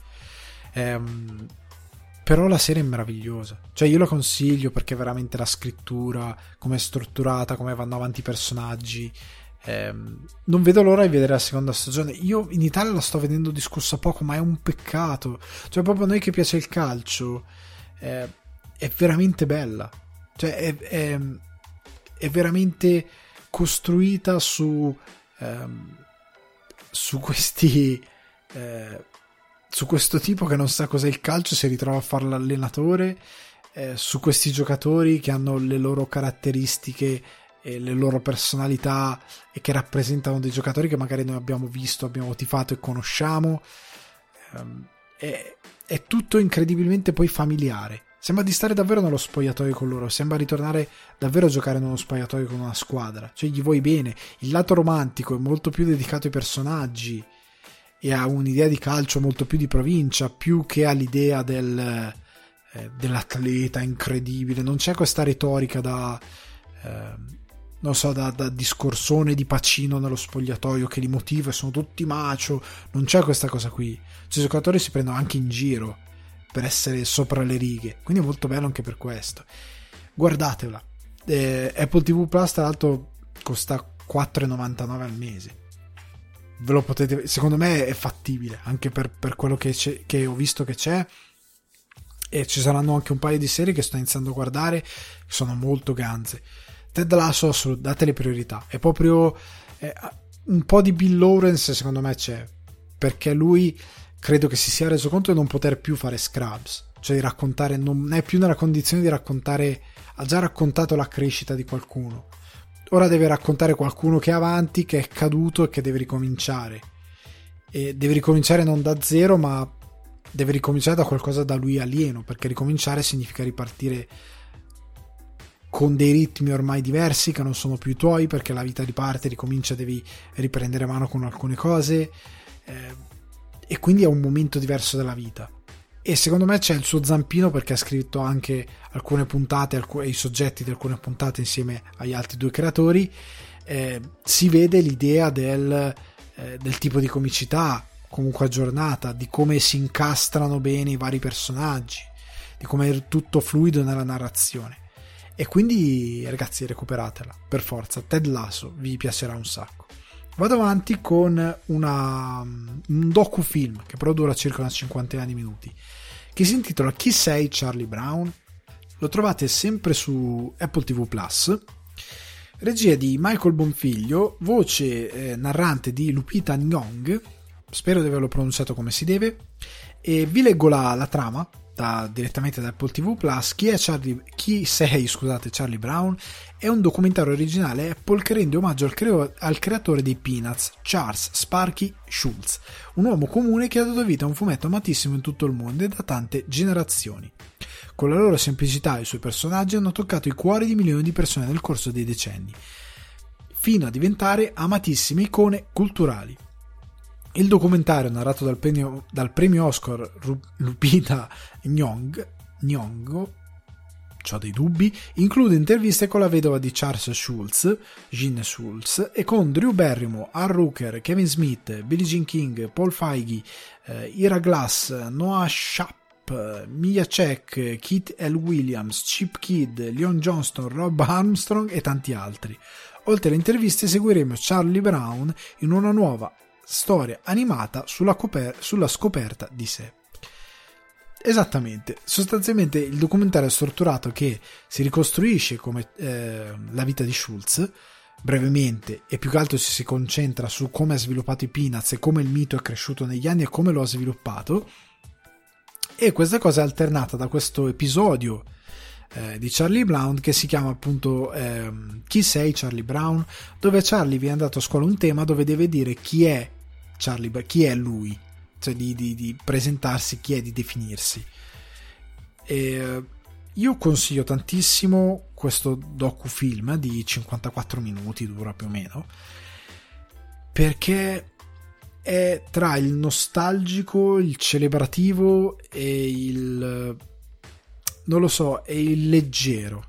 Però la serie è meravigliosa, cioè io la consiglio perché veramente la scrittura, come è strutturata, come vanno avanti i personaggi, non vedo l'ora di vedere la seconda stagione. Io in Italia la sto vedendo discussa poco, ma è un peccato, cioè proprio a noi che piace il calcio è veramente bella, cioè è veramente costruita su questi su questo tipo che non sa cos'è il calcio, si ritrova a fare l'allenatore, su questi giocatori che hanno le loro caratteristiche e le loro personalità e che rappresentano dei giocatori che magari noi abbiamo visto, abbiamo tifato e conosciamo. È tutto incredibilmente poi familiare, sembra di stare davvero nello spogliatoio con loro, sembra ritornare davvero a giocare nello spogliatoio con una squadra, cioè gli vuoi bene. Il lato romantico è molto più dedicato ai personaggi e ha un'idea di calcio molto più di provincia, più che all'idea dell'atleta incredibile. Non c'è questa retorica da discorsone di Pacino nello spogliatoio che li motiva e sono tutti macio, non c'è questa cosa qui. Cioè, i giocatori si prendono anche in giro per essere sopra le righe, quindi è molto bello anche per questo. Guardatela, Apple TV Plus tra l'altro costa 4,99 al mese, ve lo potete, secondo me è fattibile anche per quello che ho visto che c'è, e ci saranno anche un paio di serie che sto iniziando a guardare che sono molto ganze. Ted Lasso, date le priorità, è proprio un po' di Bill Lawrence secondo me c'è, perché lui credo che si sia reso conto di non poter più fare Scrubs, cioè di raccontare, non è più nella condizione di raccontare, ha già raccontato la crescita di qualcuno, ora deve raccontare qualcuno che è avanti, che è caduto e che deve ricominciare, e deve ricominciare non da zero, ma deve ricominciare da qualcosa da lui alieno, perché ricominciare significa ripartire con dei ritmi ormai diversi che non sono più i tuoi, perché la vita riparte, ricomincia, devi riprendere mano con alcune cose, e quindi è un momento diverso della vita. E secondo me c'è il suo zampino, perché ha scritto anche alcune puntate, i soggetti di alcune puntate insieme agli altri due creatori. Si vede l'idea del tipo di comicità comunque aggiornata, di come si incastrano bene i vari personaggi, di come è tutto fluido nella narrazione. E quindi ragazzi, recuperatela per forza, Ted Lasso vi piacerà un sacco. Vado avanti con un docufilm che però dura circa una cinquantina di minuti, che si intitola Chi sei Charlie Brown? Lo trovate sempre su Apple TV Plus, regia di Michael Bonfiglio, voce narrante di Lupita Nyong, spero di averlo pronunciato come si deve, e vi leggo la trama direttamente da Apple TV Plus. Chi sei Charlie Brown è un documentario originale Apple che rende omaggio al creatore dei Peanuts, Charles Sparky Schulz, un uomo comune che ha dato vita a un fumetto amatissimo in tutto il mondo e da tante generazioni. Con la loro semplicità i suoi personaggi hanno toccato i cuori di milioni di persone nel corso dei decenni, fino a diventare amatissime icone culturali. Il documentario, narrato dal premio Oscar Lupita Nyong'o, c'ho dei dubbi, include interviste con la vedova di Charles Schulz, Jean Schulz, e con Drew Barrymore, Al Rooker, Kevin Smith, Billie Jean King, Paul Feige, Ira Glass, Noah Schnapp Snoop, Mia Check, Keith L. Williams, Chip Kidd, Leon Johnston, Rob Armstrong e tanti altri. Oltre alle interviste seguiremo Charlie Brown in una nuova storia animata sulla scoperta di sé. Esattamente, sostanzialmente il documentario è strutturato che si ricostruisce come la vita di Schultz brevemente, e più che altro si concentra su come ha sviluppato i Peanuts e come il mito è cresciuto negli anni e come lo ha sviluppato, e questa cosa è alternata da questo episodio di Charlie Brown che si chiama appunto Chi sei Charlie Brown, dove Charlie viene dato a scuola un tema dove deve dire chi è Charlie, chi è lui, cioè di presentarsi, chi è, di definirsi. E io consiglio tantissimo questo docufilm di 54 minuti, dura più o meno, perché è tra il nostalgico, il celebrativo e il, non lo so, è il leggero,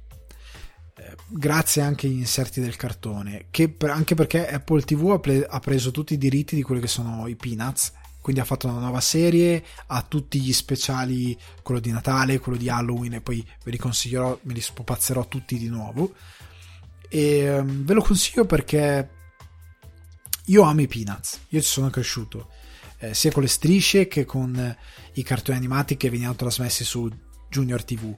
grazie anche agli inserti del cartone, che anche perché Apple TV ha preso tutti i diritti di quelli che sono i Peanuts, quindi ha fatto una nuova serie, ha tutti gli speciali, quello di Natale, quello di Halloween, e poi ve li consiglierò, me li spopazzerò tutti di nuovo, e ve lo consiglio perché io amo i Peanuts, io ci sono cresciuto sia con le strisce che con i cartoni animati che venivano trasmessi su Junior TV.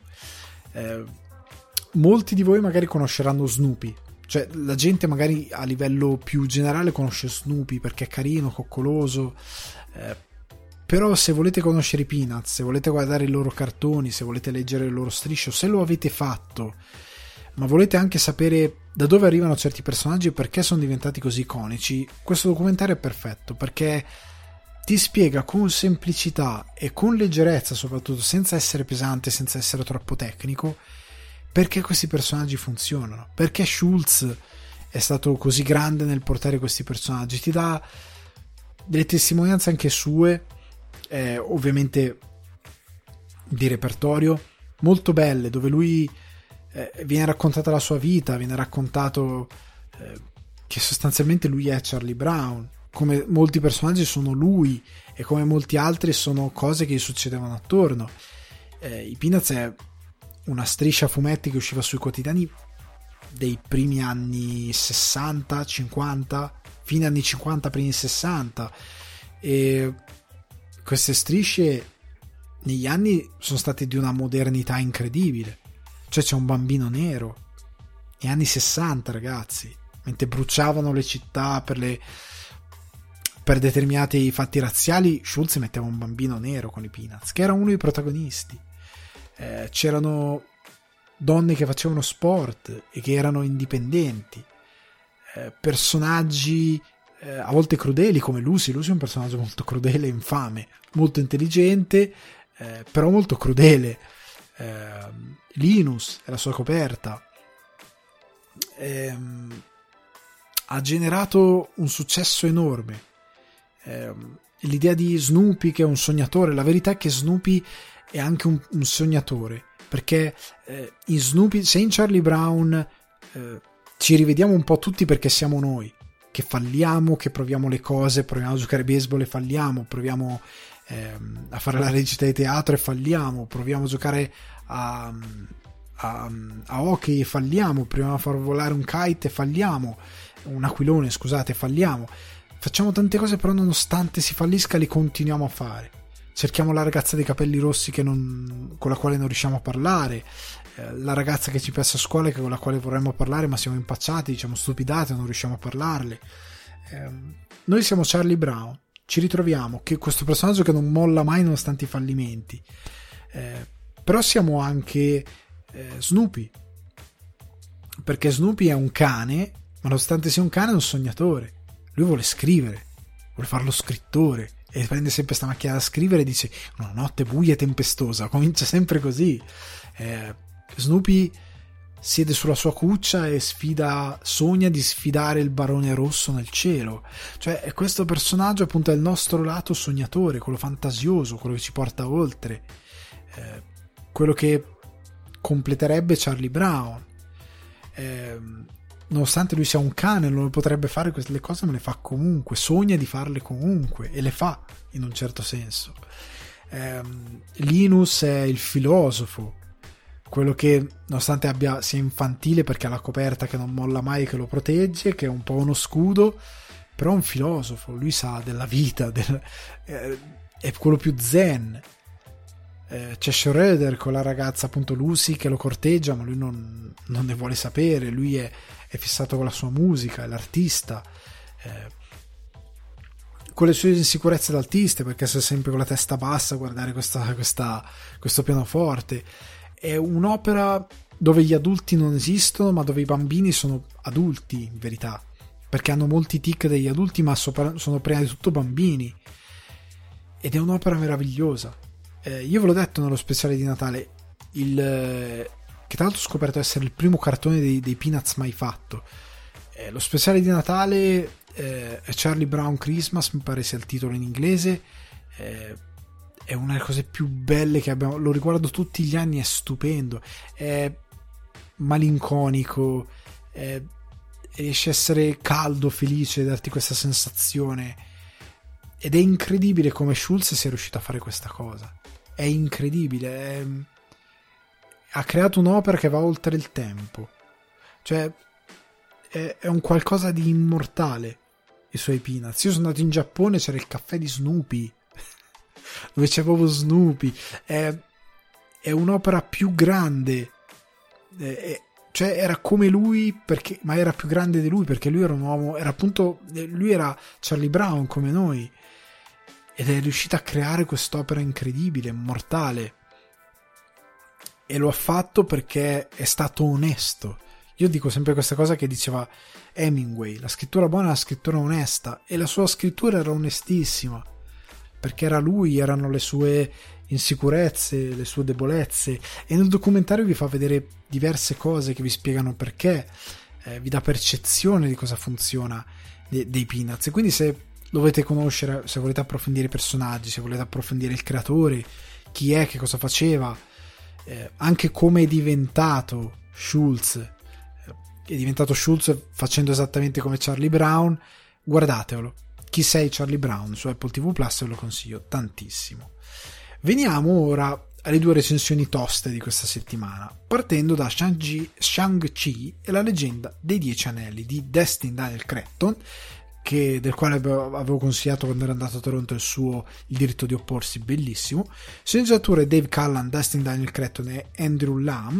Molti di voi magari conosceranno Snoopy, cioè la gente magari a livello più generale conosce Snoopy perché è carino, coccoloso, però se volete conoscere i Peanuts, se volete guardare i loro cartoni, se volete leggere le loro strisce, o se lo avete fatto ma volete anche sapere da dove arrivano certi personaggi e perché sono diventati così iconici, questo documentario è perfetto perché ti spiega con semplicità e con leggerezza, soprattutto senza essere pesante, senza essere troppo tecnico, perché questi personaggi funzionano, perché Schultz è stato così grande nel portare questi personaggi. Ti dà delle testimonianze anche sue, ovviamente di repertorio, molto belle, dove lui viene raccontata la sua vita, viene raccontato che sostanzialmente lui è Charlie Brown, come molti personaggi sono lui e come molti altri sono cose che gli succedevano attorno. I Peanuts è una striscia a fumetti che usciva sui quotidiani dei primi anni 60, 50, fine anni 50, primi 60, e queste strisce negli anni sono state di una modernità incredibile. Cioè c'è un bambino nero, negli anni 60, ragazzi, mentre bruciavano le città per determinati fatti razziali, Schultz metteva un bambino nero con i Peanuts, che era uno dei protagonisti. C'erano donne che facevano sport e che erano indipendenti, personaggi a volte crudeli come Lucy è un personaggio molto crudele e infame, molto intelligente, però molto crudele. Linus e la sua coperta ha generato un successo enorme. L'idea di Snoopy che è un sognatore, la verità è che Snoopy è anche un sognatore, perché in Snoopy, se in Charlie Brown ci rivediamo un po' tutti, perché siamo noi che falliamo, che proviamo le cose, proviamo a giocare a baseball e falliamo, proviamo a fare la recita di teatro e falliamo, proviamo a giocare a hockey e falliamo, proviamo a far volare un kite e falliamo, un aquilone, scusate, falliamo. Facciamo tante cose, però nonostante si fallisca li continuiamo a fare. Cerchiamo la ragazza dei capelli rossi con la quale non riusciamo a parlare, la ragazza che ci pensa a scuola con la quale vorremmo parlare ma siamo impacciati, diciamo stupidate, non riusciamo a parlarle. Noi siamo Charlie Brown, ci ritroviamo, che questo personaggio che non molla mai nonostante i fallimenti, però siamo anche Snoopy, perché Snoopy è un cane, ma nonostante sia un cane è un sognatore. Lui vuole scrivere, vuole fare lo scrittore e prende sempre sta macchina da scrivere e dice una notte buia e tempestosa, comincia sempre così. Snoopy siede sulla sua cuccia e sogna di sfidare il barone rosso nel cielo. Cioè è questo personaggio, appunto, è il nostro lato sognatore, quello fantasioso, quello che ci porta oltre, quello che completerebbe Charlie Brown. Nonostante lui sia un cane, non potrebbe fare queste cose, ma le fa comunque, sogna di farle comunque e le fa in un certo senso. Linus è il filosofo, quello che nonostante sia infantile perché ha la coperta che non molla mai, che lo protegge, che è un po' uno scudo, però è un filosofo, lui sa della vita, è quello più zen. C'è Schroeder con la ragazza appunto Lucy che lo corteggia, ma lui non ne vuole sapere, lui è fissato con la sua musica, è l'artista, con le sue insicurezze d'altista, perché sei sempre con la testa bassa a guardare questo pianoforte. È un'opera dove gli adulti non esistono, ma dove i bambini sono adulti in verità, perché hanno molti tic degli adulti, ma sono prima di tutto bambini, ed è un'opera meravigliosa. Io ve l'ho detto nello speciale di Natale, che tra l'altro ho scoperto essere il primo cartone dei Peanuts mai fatto. Lo speciale di Natale è Charlie Brown Christmas, mi pare sia il titolo in inglese. È una delle cose più belle che abbiamo, lo riguardo tutti gli anni, è stupendo, è malinconico, riesce a essere caldo, felice, darti questa sensazione, ed è incredibile come Schulz sia riuscito a fare questa cosa. È incredibile, ha creato un'opera che va oltre il tempo, cioè è un qualcosa di immortale. I suoi Peanuts, io sono andato in Giappone, c'era il caffè di Snoopy dove c'è proprio Snoopy, è un'opera più grande, cioè era come lui, ma era più grande di lui, perché lui era un uomo, lui era Charlie Brown come noi, ed è riuscito a creare quest'opera incredibile, immortale, e lo ha fatto perché è stato onesto. Io dico sempre questa cosa che diceva Hemingway: la scrittura buona è la scrittura onesta, e la sua scrittura era onestissima, perché era lui, erano le sue insicurezze, le sue debolezze, e nel documentario vi fa vedere diverse cose che vi spiegano perché, vi dà percezione di cosa funziona dei Peanuts. E quindi se lo volete conoscere, se volete approfondire i personaggi, se volete approfondire il creatore, chi è, che cosa faceva, anche come è diventato Schulz, facendo esattamente come Charlie Brown, guardatevelo. Chi sei Charlie Brown su Apple TV Plus, ve lo consiglio tantissimo. Veniamo ora alle due recensioni toste di questa settimana, partendo da Shang-Chi e la leggenda dei 10 anelli di Destin Daniel Cretton, del quale avevo consigliato quando ero andato a Toronto il diritto di opporsi, bellissimo. Sceneggiature Dave Callan, Destin Daniel Cretton e Andrew Lam.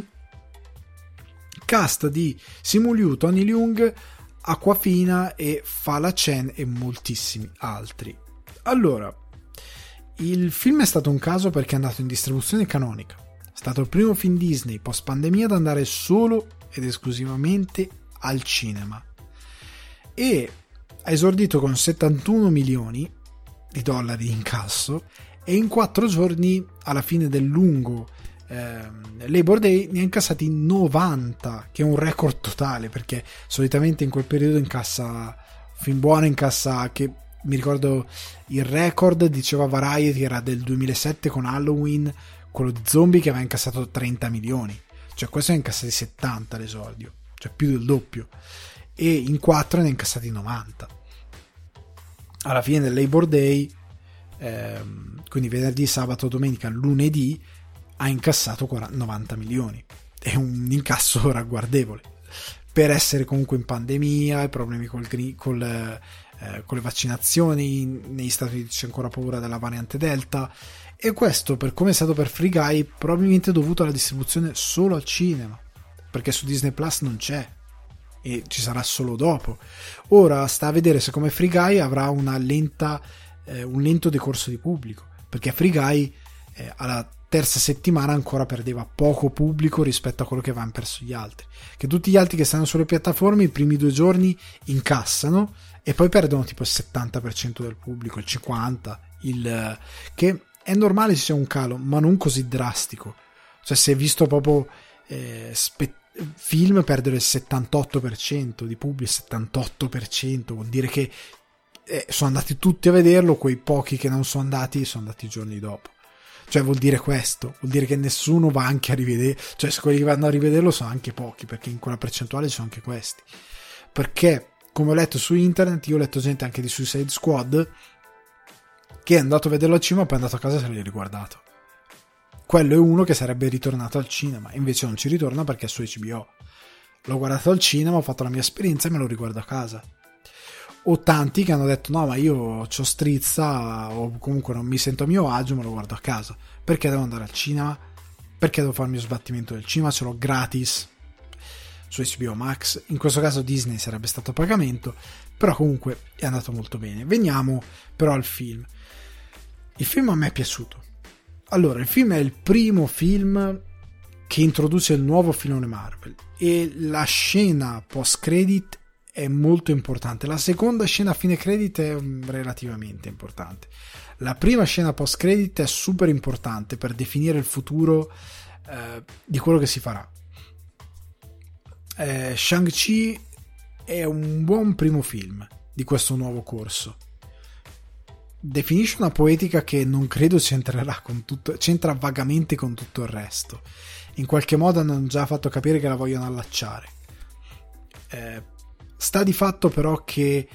Cast di Simu Liu, Tony Leung, Aquafina e Fala Chen e moltissimi altri. Allora, il film è stato un caso perché è andato in distribuzione canonica. È stato il primo film Disney post pandemia ad andare solo ed esclusivamente al cinema, e ha esordito con 71 milioni di dollari di incasso, e in 4 giorni, alla fine del lungo Labor Day, ne ha incassati 90, che è un record totale, perché solitamente in quel periodo film buono incassa, che mi ricordo il record, diceva Variety, era del 2007 con Halloween, quello di zombie, che aveva incassato 30 milioni, cioè questo ne ha incassati 70 all'esordio, cioè più del doppio, e in 4 ne ha incassati 90 alla fine del Labor Day, quindi venerdì, sabato, domenica, lunedì ha incassato 90 milioni. È un incasso ragguardevole per essere comunque in pandemia, i problemi con le vaccinazioni. Negli Stati Uniti c'è ancora paura della variante Delta, e questo, per come è stato per Free Guy, probabilmente è dovuto alla distribuzione solo al cinema, perché su Disney Plus non c'è e ci sarà solo dopo. Ora sta a vedere se come Free Guy avrà un lento decorso di pubblico, perché Free Guy alla terza settimana ancora perdeva poco pubblico rispetto a quello che avevano perso gli altri, che tutti gli altri che stanno sulle piattaforme i primi 2 giorni incassano e poi perdono tipo il 70% del pubblico, il 50%, che è normale ci sia un calo, ma non così drastico. Cioè, se è visto proprio film perdere il 78% di pubblico, il 78% vuol dire che sono andati tutti a vederlo, quei pochi che non sono andati i giorni dopo. Cioè vuol dire questo, vuol dire che nessuno va anche a rivedere, cioè se quelli che vanno a rivederlo sono anche pochi, perché in quella percentuale ci sono anche questi, perché come ho letto su internet, io ho letto gente anche di Suicide Squad che è andato a vederlo al cinema, poi è andato a casa e se l'è riguardato. Quello è uno che sarebbe ritornato al cinema, invece non ci ritorna perché è su HBO. L'ho guardato al cinema, ho fatto la mia esperienza e me lo riguardo a casa. O tanti che hanno detto no, ma io c'ho strizza o comunque non mi sento a mio agio, me lo guardo a casa. Perché devo andare al cinema? Perché devo fare il mio sbattimento del cinema? Ce l'ho gratis su HBO Max. In questo caso Disney sarebbe stato a pagamento, però comunque è andato molto bene. Veniamo però al film. Il film a me è piaciuto. Allora, il film è il primo film che introduce il nuovo filone Marvel e la scena post-credit è molto importante. La seconda scena a fine credit è relativamente importante. La prima scena post credit è super importante per definire il futuro di quello che si farà. Shang-Chi è un buon primo film di questo nuovo corso. Definisce una poetica che non credo c'entrerà con tutto, c'entra vagamente con tutto il resto. In qualche modo hanno già fatto capire che la vogliono allacciare. Sta di fatto però che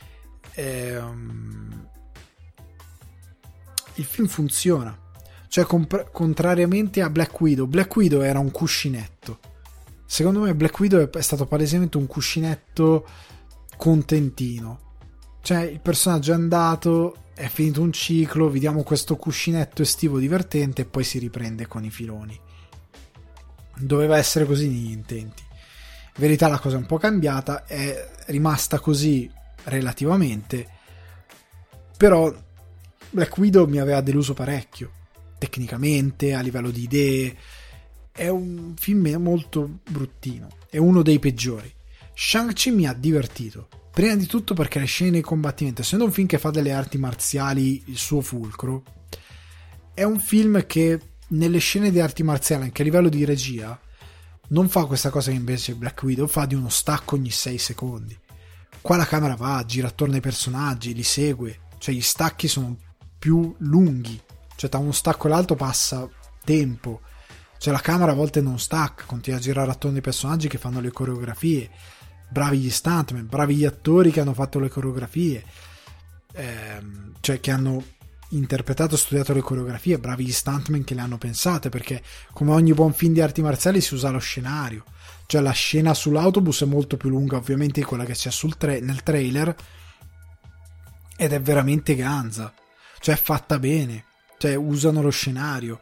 il film funziona, cioè contrariamente a Black Widow era un cuscinetto. Secondo me Black Widow è stato palesemente un cuscinetto contentino, cioè il personaggio è andato, è finito un ciclo, vediamo questo cuscinetto estivo divertente e poi si riprende con i filoni. Doveva essere così negli intenti. In verità la cosa è un po' cambiata, è rimasta così relativamente, però Black Widow mi aveva deluso parecchio, tecnicamente, a livello di idee. È un film molto bruttino, è uno dei peggiori. Shang-Chi mi ha divertito, prima di tutto perché le scene di combattimento, essendo un film che fa delle arti marziali il suo fulcro, è un film che nelle scene di arti marziali, anche a livello di regia, non fa questa cosa che invece Black Widow fa, di uno stacco ogni 6 secondi. Qua la camera va, gira attorno ai personaggi, li segue, cioè gli stacchi sono più lunghi, cioè da uno stacco all'altro passa tempo, cioè la camera a volte non stacca, continua a girare attorno ai personaggi che fanno le coreografie. Bravi gli stuntman, bravi gli attori che hanno fatto le coreografie, cioè che hanno interpretato e studiato le coreografie, bravi gli stuntman che le hanno pensate, perché come ogni buon film di arti marziali si usa lo scenario, cioè la scena sull'autobus è molto più lunga ovviamente di quella che c'è nel trailer, ed è veramente ganza, cioè è fatta bene, cioè usano lo scenario,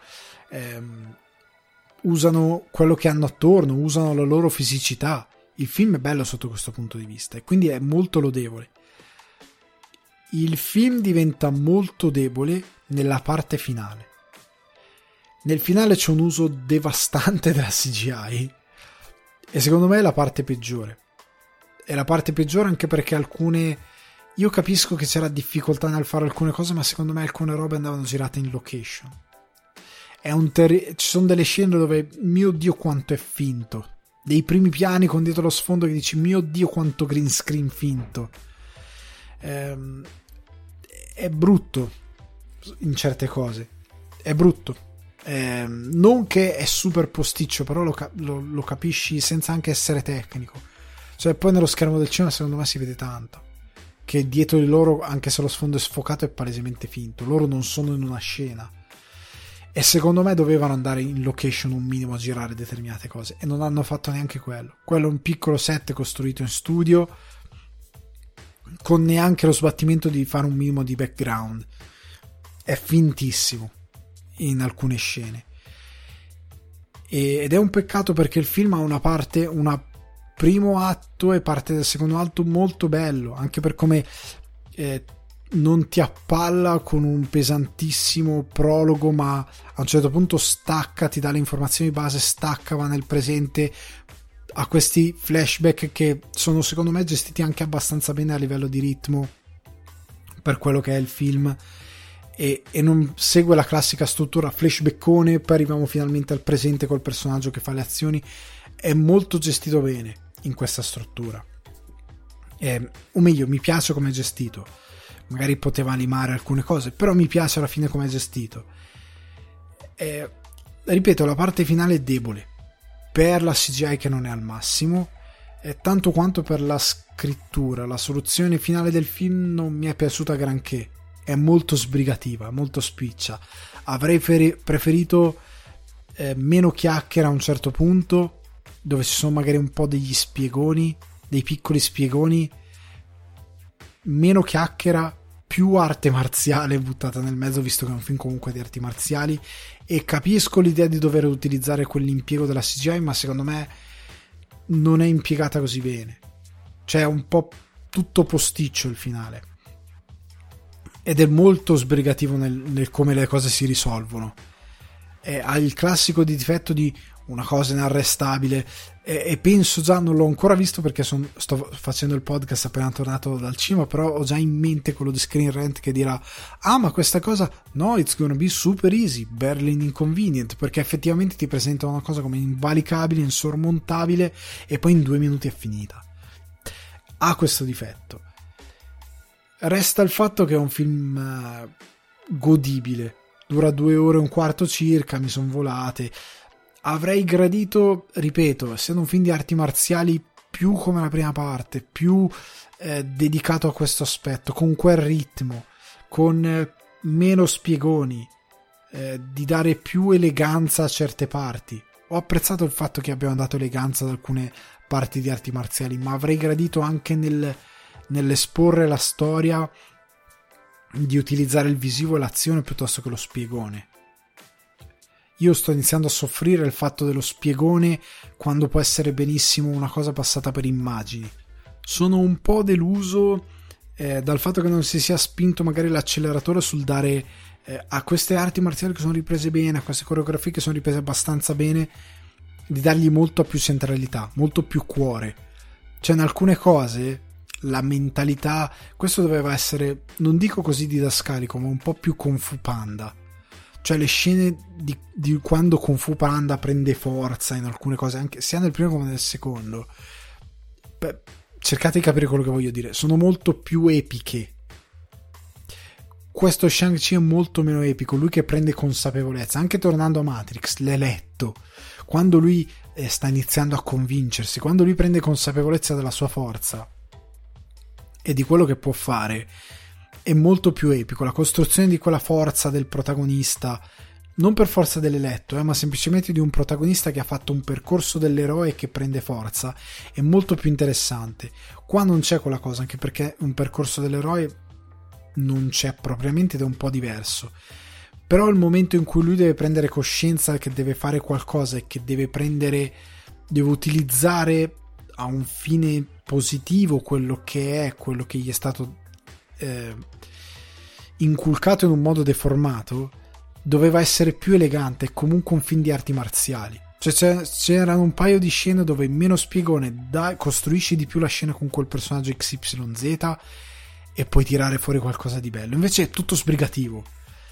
usano quello che hanno attorno, usano la loro fisicità. Il film è bello sotto questo punto di vista e quindi è molto lodevole. Il film diventa molto debole nella parte finale. Nel finale c'è un uso devastante della CGI e secondo me è la parte peggiore. È la parte peggiore anche perché alcune... Io capisco che c'era difficoltà nel fare alcune cose, ma secondo me alcune robe andavano girate in location. Ci sono delle scene dove, mio Dio quanto è finto. Dei primi piani con dietro lo sfondo che dici, mio Dio quanto green screen finto. È brutto in certe cose, è brutto, non che è super posticcio, però lo capisci senza anche essere tecnico, cioè poi nello schermo del cinema secondo me si vede tanto che dietro di loro, anche se lo sfondo è sfocato, è palesemente finto, loro non sono in una scena e secondo me dovevano andare in location un minimo a girare determinate cose e non hanno fatto neanche quello è un piccolo set costruito in studio con neanche lo sbattimento di fare un minimo di background. È fintissimo in alcune scene ed è un peccato perché il film ha una primo atto e parte del secondo atto molto bello, anche per come non ti appalla con un pesantissimo prologo, ma a un certo punto stacca, ti dà le informazioni base, stacca, va nel presente, a questi flashback che sono secondo me gestiti anche abbastanza bene a livello di ritmo per quello che è il film e non segue la classica struttura flashbackone, poi arriviamo finalmente al presente col personaggio che fa le azioni. È molto gestito bene in questa struttura, o meglio mi piace come è gestito, magari poteva limare alcune cose, però mi piace alla fine come è gestito. Ripeto, la parte finale è debole per la CGI che non è al massimo, tanto quanto per la scrittura. La soluzione finale del film non mi è piaciuta granché, è molto sbrigativa, molto spiccia. Avrei preferito meno chiacchiera a un certo punto, dove ci sono magari un po' degli spiegoni, dei piccoli spiegoni, meno chiacchiera, più arte marziale buttata nel mezzo, visto che è un film comunque di arti marziali, e capisco l'idea di dover utilizzare quell'impiego della CGI, ma secondo me non è impiegata così bene, cioè è un po' tutto posticcio il finale, ed è molto sbrigativo nel come le cose si risolvono. Ha il classico di difetto di una cosa inarrestabile, e penso già, non l'ho ancora visto perché sto facendo il podcast appena tornato dal cinema, però ho già in mente quello di Screen Rant che dirà: ah, ma questa cosa no, it's gonna be super easy, barely inconvenient, perché effettivamente ti presenta una cosa come invalicabile, insormontabile, e poi in 2 minuti è finita. Ha questo difetto. Resta il fatto che è un film godibile, dura 2 ore e un quarto circa, mi sono volate. Avrei gradito, ripeto, essendo un film di arti marziali, più come la prima parte, più dedicato a questo aspetto, con quel ritmo, con meno spiegoni, di dare più eleganza a certe parti. Ho apprezzato il fatto che abbiano dato eleganza ad alcune parti di arti marziali, ma avrei gradito anche nell'esporre la storia di utilizzare il visivo e l'azione piuttosto che lo spiegone. Io sto iniziando a soffrire il fatto dello spiegone quando può essere benissimo una cosa passata per immagini. Sono un po' deluso dal fatto che non si sia spinto magari l'acceleratore sul dare a queste arti marziali che sono riprese bene, a queste coreografie che sono riprese abbastanza bene, di dargli molto più centralità, molto più cuore. Cioè, in alcune cose la mentalità, questo doveva essere, non dico così didascalico, ma un po' più Kung Fu Panda. Cioè le scene di quando Kung Fu Panda prende forza in alcune cose, anche sia nel primo come nel secondo, cercate di capire quello che voglio dire, sono molto più epiche. Questo Shang-Chi è molto meno epico, lui che prende consapevolezza, anche tornando a Matrix, l'eletto, quando lui sta iniziando a convincersi, quando lui prende consapevolezza della sua forza e di quello che può fare, è molto più epico. La costruzione di quella forza del protagonista, non per forza dell'eletto, ma semplicemente di un protagonista che ha fatto un percorso dell'eroe e che prende forza, è molto più interessante. Qua non c'è quella cosa, anche perché un percorso dell'eroe non c'è propriamente ed è un po' diverso. Però il momento in cui lui deve prendere coscienza che deve fare qualcosa e che deve utilizzare a un fine positivo quello che gli è stato inculcato in un modo deformato, doveva essere più elegante. È comunque un film di arti marziali, cioè c'erano un paio di scene dove meno spiegone costruisci di più la scena con quel personaggio XYZ e puoi tirare fuori qualcosa di bello. Invece è tutto sbrigativo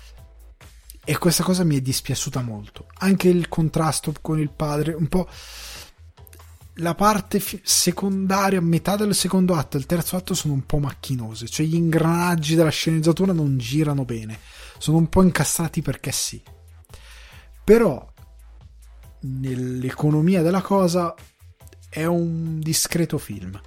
e questa cosa mi è dispiaciuta molto. Anche il contrasto con il padre, un po' la parte secondaria, metà del secondo atto e il terzo atto sono un po' macchinose, cioè gli ingranaggi della sceneggiatura non girano bene, sono un po' incastrati perché sì. Però nell'economia della cosa è un discreto film.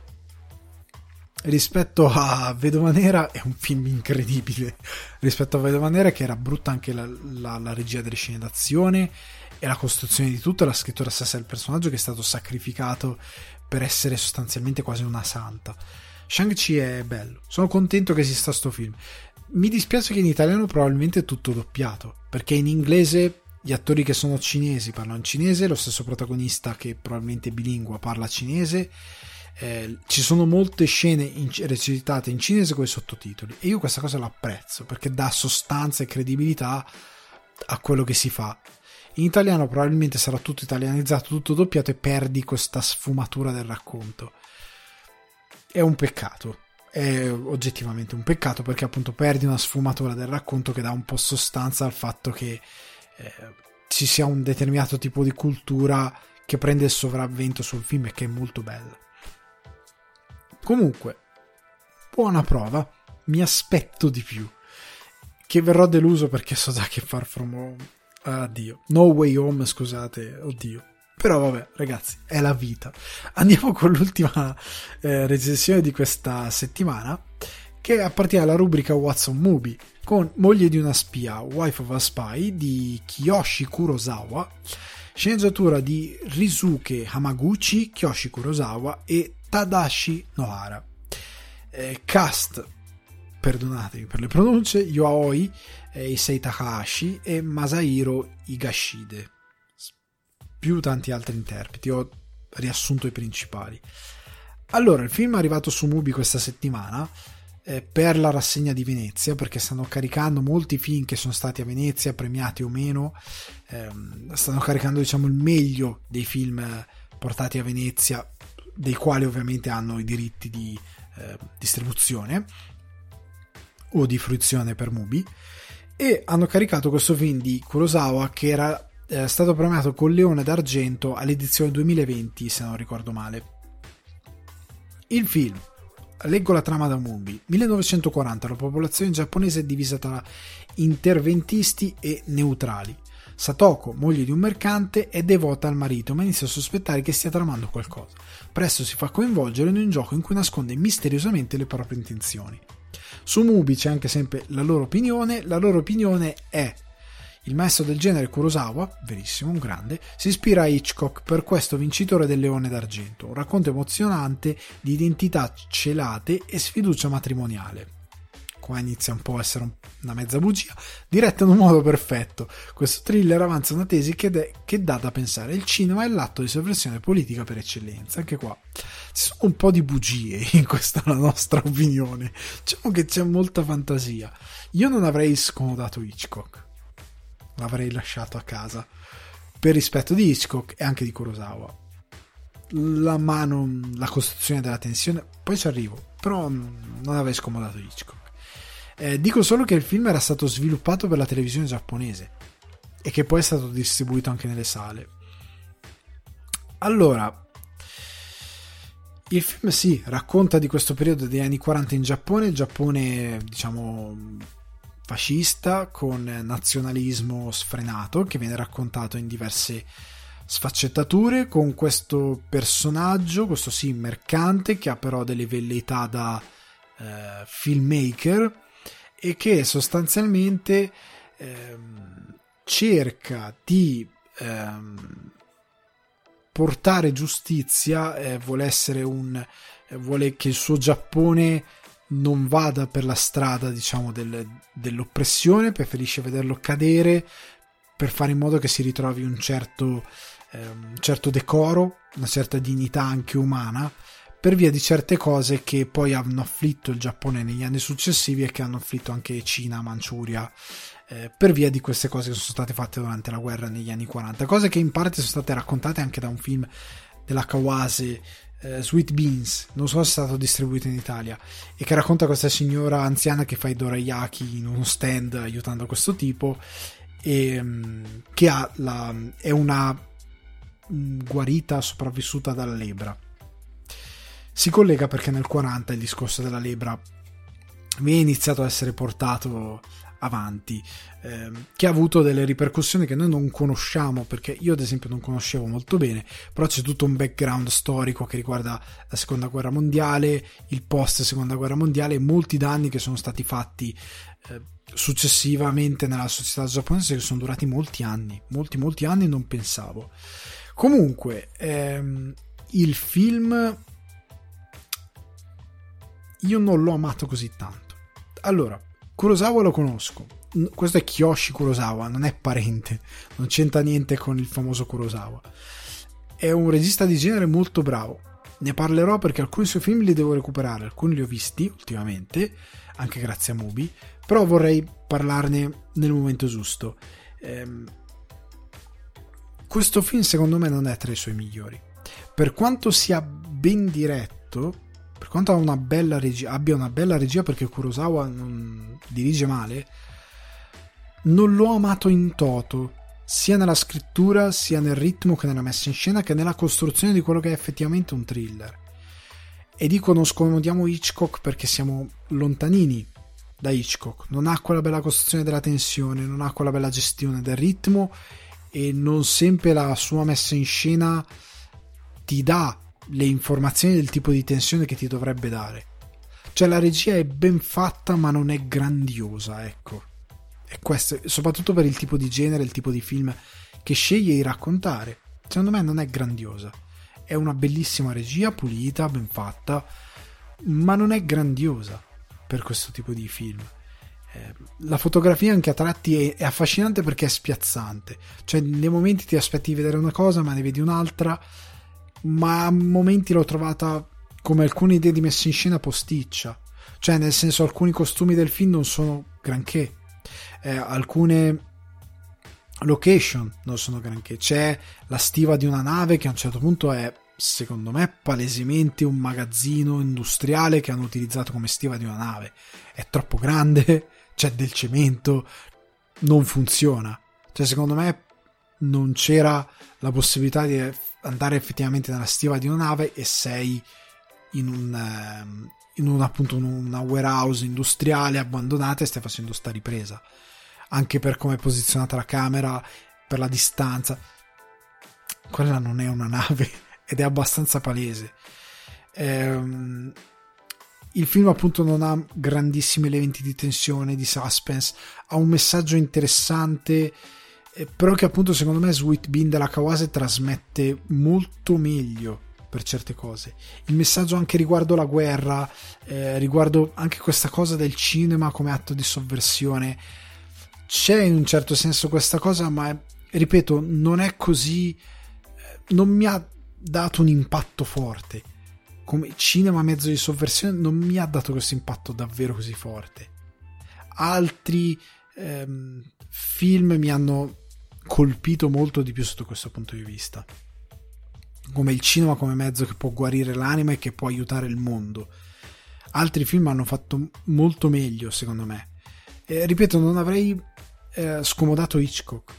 Rispetto a Vedova Nera è un film incredibile. Rispetto a Vedova Nera, che era brutta anche la regia delle scene d'azione e la costruzione di tutto, la scrittura stessa del personaggio che è stato sacrificato per essere sostanzialmente quasi una santa. Shang-Chi è bello, sono contento che esista sto film. Mi dispiace che in italiano probabilmente è tutto doppiato, perché in inglese gli attori che sono cinesi parlano cinese, lo stesso protagonista che probabilmente è bilingue parla cinese. Ci sono molte scene recitate in cinese con i sottotitoli e io questa cosa l'apprezzo perché dà sostanza e credibilità a quello che si fa. In italiano probabilmente sarà tutto italianizzato, tutto doppiato e perdi questa sfumatura del racconto. È un peccato, è oggettivamente un peccato, perché appunto perdi una sfumatura del racconto che dà un po' sostanza al fatto che ci sia un determinato tipo di cultura che prende il sopravvento sul film e che è molto bella. Comunque, buona prova, mi aspetto di più, che verrò deluso perché so già che Far From Home, addio, No Way Home, scusate, oddio, però vabbè ragazzi, è la vita. Andiamo con l'ultima recensione di questa settimana, che appartiene alla rubrica What's on Movie, con Moglie di una spia, Wife of a Spy di Kiyoshi Kurosawa, sceneggiatura di Ryusuke Hamaguchi, Kiyoshi Kurosawa e Tadashi Nohara. Cast, perdonatemi per le pronunce, Yaoi, Issei Takahashi e Masahiro Higashide, più tanti altri interpreti. Ho riassunto i principali. Allora, il film è arrivato su Mubi questa settimana per la rassegna di Venezia, perché stanno caricando molti film che sono stati a Venezia, premiati o meno, stanno caricando diciamo il meglio dei film portati a Venezia, dei quali ovviamente hanno i diritti di distribuzione o di fruizione per Mubi, e hanno caricato questo film di Kurosawa che era stato premiato con Leone d'Argento all'edizione 2020, se non ricordo male. Il film, leggo la trama da Mubi: 1940, la popolazione giapponese è divisa tra interventisti e neutrali. Satoko, moglie di un mercante, è devota al marito, ma inizia a sospettare che stia tramando qualcosa. Presto si fa coinvolgere in un gioco in cui nasconde misteriosamente le proprie intenzioni. Su Mubi c'è anche sempre la loro opinione. La loro opinione è: il maestro del genere Kurosawa, verissimo, un grande, si ispira a Hitchcock, per questo vincitore del Leone d'Argento, un racconto emozionante di identità celate e sfiducia matrimoniale. Qua inizia un po' a essere una mezza bugia, diretta in un modo perfetto. Questo thriller avanza una tesi che dà da pensare: il cinema è l'atto di sovversione politica per eccellenza. Anche qua ci sono un po' di bugie in questa la nostra opinione, diciamo che c'è molta fantasia. Io non avrei scomodato Hitchcock, l'avrei lasciato a casa per rispetto di Hitchcock e anche di Kurosawa. La costruzione della tensione, poi ci arrivo, però non avrei scomodato Hitchcock. Dico solo che il film era stato sviluppato per la televisione giapponese e che poi è stato distribuito anche nelle sale. Allora, il film sì, racconta di questo periodo degli anni 40 in Giappone, il Giappone diciamo fascista, con nazionalismo sfrenato, che viene raccontato in diverse sfaccettature, con questo personaggio, questo sì mercante, che ha però delle velleità da filmmaker, e che sostanzialmente cerca di portare giustizia, vuole che il suo Giappone non vada per la strada diciamo dell'oppressione, preferisce vederlo cadere per fare in modo che si ritrovi un certo decoro, una certa dignità anche umana, per via di certe cose che poi hanno afflitto il Giappone negli anni successivi e che hanno afflitto anche Cina, Manciuria, per via di queste cose che sono state fatte durante la guerra negli anni 40, cose che in parte sono state raccontate anche da un film della Kawase, Sweet Beans, non so se è stato distribuito in Italia, e che racconta questa signora anziana che fa i dorayaki in uno stand aiutando questo tipo, e che è una guarita sopravvissuta dalla lebbra. Si collega perché nel 40 il discorso della lebbra viene iniziato a essere portato avanti, che ha avuto delle ripercussioni che noi non conosciamo, perché io ad esempio non conoscevo molto bene, però c'è tutto un background storico che riguarda la seconda guerra mondiale, il post seconda guerra mondiale e molti danni che sono stati fatti successivamente nella società giapponese, che sono durati molti anni, non pensavo. Comunque il film io non l'ho amato così tanto. Allora, Kurosawa lo conosco, questo è Kiyoshi Kurosawa, non è parente, non c'entra niente con il famoso Kurosawa, è un regista di genere molto bravo, ne parlerò perché alcuni suoi film li devo recuperare, alcuni li ho visti ultimamente anche grazie a Mubi, però vorrei parlarne nel momento giusto. Questo film secondo me non è tra i suoi migliori, per quanto sia ben diretto, per quanto abbia una bella regia, perché Kurosawa non dirige male, non l'ho amato in toto, sia nella scrittura, sia nel ritmo, che nella messa in scena, che nella costruzione di quello che è effettivamente un thriller. E dico non scomodiamo Hitchcock perché siamo lontanini da Hitchcock, non ha quella bella costruzione della tensione, non ha quella bella gestione del ritmo e non sempre la sua messa in scena ti dà le informazioni del tipo di tensione che ti dovrebbe dare. Cioè la regia è ben fatta ma non è grandiosa, ecco. E questo, soprattutto per il tipo di genere, il tipo di film che sceglie di raccontare, secondo me non è grandiosa. È una bellissima regia, pulita, ben fatta, ma non è grandiosa per questo tipo di film. La fotografia anche a tratti è affascinante perché è spiazzante, cioè nei momenti ti aspetti di vedere una cosa ma ne vedi un'altra, ma a momenti l'ho trovata, come alcune idee di messa in scena, posticcia, cioè nel senso alcuni costumi del film non sono granché, alcune location non sono granché. C'è la stiva di una nave che a un certo punto è, secondo me, palesemente un magazzino industriale che hanno utilizzato come stiva di una nave. È troppo grande, c'è del cemento, non funziona. Cioè secondo me non c'era la possibilità di andare effettivamente nella stiva di una nave e sei in appunto una warehouse industriale abbandonata e stai facendo sta ripresa, anche per come è posizionata la camera, per la distanza. Quella non è una nave ed è abbastanza palese. Il film appunto non ha grandissimi elementi di tensione, di suspense, ha un messaggio interessante, però che appunto secondo me Sweet Bean della Kawase trasmette molto meglio per certe cose. Il messaggio anche riguardo la guerra, riguardo anche questa cosa del cinema come atto di sovversione, c'è in un certo senso questa cosa, ma ripeto, non è così, non mi ha dato un impatto forte come cinema mezzo di sovversione, non mi ha dato questo impatto davvero così forte. Altri film mi hanno colpito molto di più sotto questo punto di vista, come il cinema come mezzo che può guarire l'anima e che può aiutare il mondo. Altri film hanno fatto molto meglio secondo me. Ripeto, non avrei scomodato Hitchcock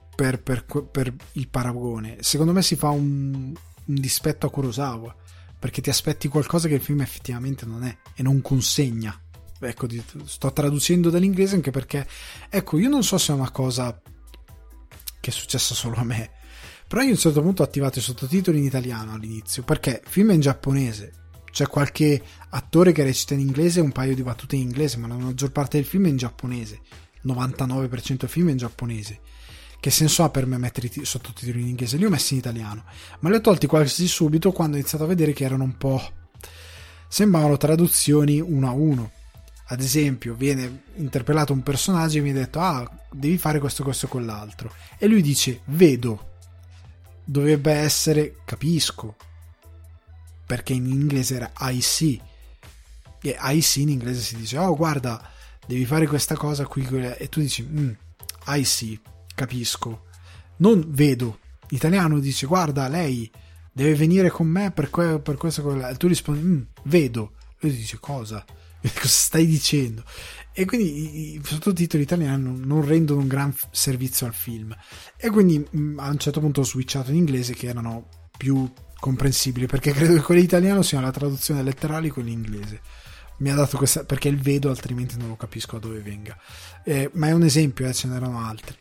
per il paragone. Secondo me si fa un dispetto a Kurosawa, perché ti aspetti qualcosa che il film effettivamente non è e non consegna. Ecco, sto traducendo dall'inglese anche perché, ecco, io non so se è una cosa che è successa solo a me, però io a un certo punto ho attivato i sottotitoli in italiano all'inizio, perché il film è in giapponese, c'è qualche attore che recita in inglese e un paio di battute in inglese, ma la maggior parte del film è in giapponese, il 99% del film è in giapponese. Che senso ha per me mettere i sottotitoli in inglese? Li ho messi in italiano, ma li ho tolti quasi subito quando ho iniziato a vedere che erano un po', sembravano traduzioni uno a uno. Ad esempio, viene interpellato un personaggio e mi ha detto: devi fare questo, questo e quell'altro, e lui dice vedo, dovrebbe essere capisco, perché in inglese era I see, e I see in inglese si dice guarda, devi fare questa cosa qui, e tu dici I see, capisco, non vedo. L'italiano dice guarda, lei deve venire con me per questo, e tu rispondi vedo, e lui dice cosa stai dicendo? E quindi i sottotitoli italiani non rendono un gran servizio al film, e quindi a un certo punto ho switchato in inglese, che erano più comprensibili, perché credo che quelli italiano siano la traduzione letterale di quelli inglese. Mi ha dato questa, perché il vedo altrimenti non lo capisco da dove venga, ma è un esempio, ce n'erano altri.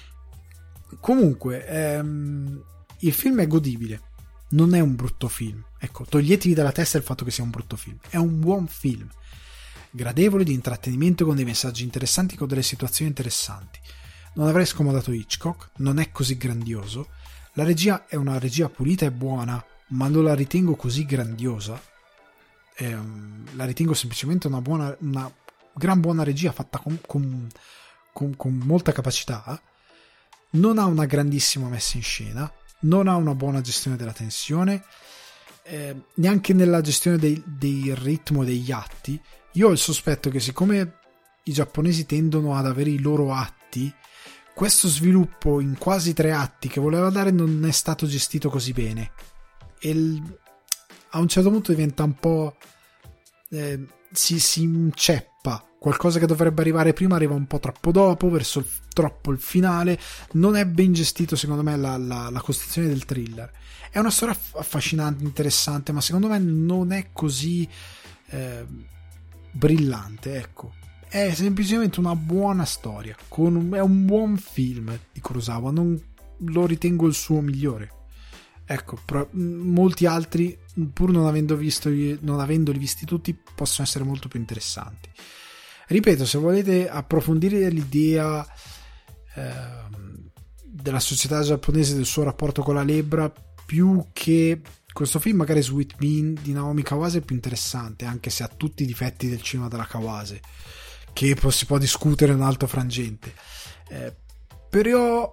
Comunque il film è godibile, non è un brutto film, ecco, toglietevi dalla testa il fatto che sia un brutto film, è un buon film, gradevole, di intrattenimento, con dei messaggi interessanti, con delle situazioni interessanti. Non avrei scomodato Hitchcock, non è così grandioso, la regia è una regia pulita e buona, ma non la ritengo così grandiosa, la ritengo semplicemente una gran buona regia fatta con molta capacità. Non ha una grandissima messa in scena, non ha una buona gestione della tensione, neanche nella gestione del ritmo degli atti. Io ho il sospetto che, siccome i giapponesi tendono ad avere i loro atti, questo sviluppo in quasi 3 atti che voleva dare non è stato gestito così bene, e a un certo punto diventa un po' si inceppa. Qualcosa che dovrebbe arrivare prima arriva un po' troppo dopo, verso troppo il finale. Non è ben gestito secondo me la costruzione del thriller. È una storia affascinante, interessante, ma secondo me non è così brillante, ecco. È semplicemente una buona storia, è un buon film di Kurosawa, non lo ritengo il suo migliore, ecco, molti altri, pur non avendoli visti tutti, possono essere molto più interessanti. Ripeto, se volete approfondire l'idea della società giapponese, del suo rapporto con la lebbra, più che questo film, magari Sweet Bean di Naomi Kawase è più interessante, anche se ha tutti i difetti del cinema della Kawase, che si può discutere in un altro frangente, però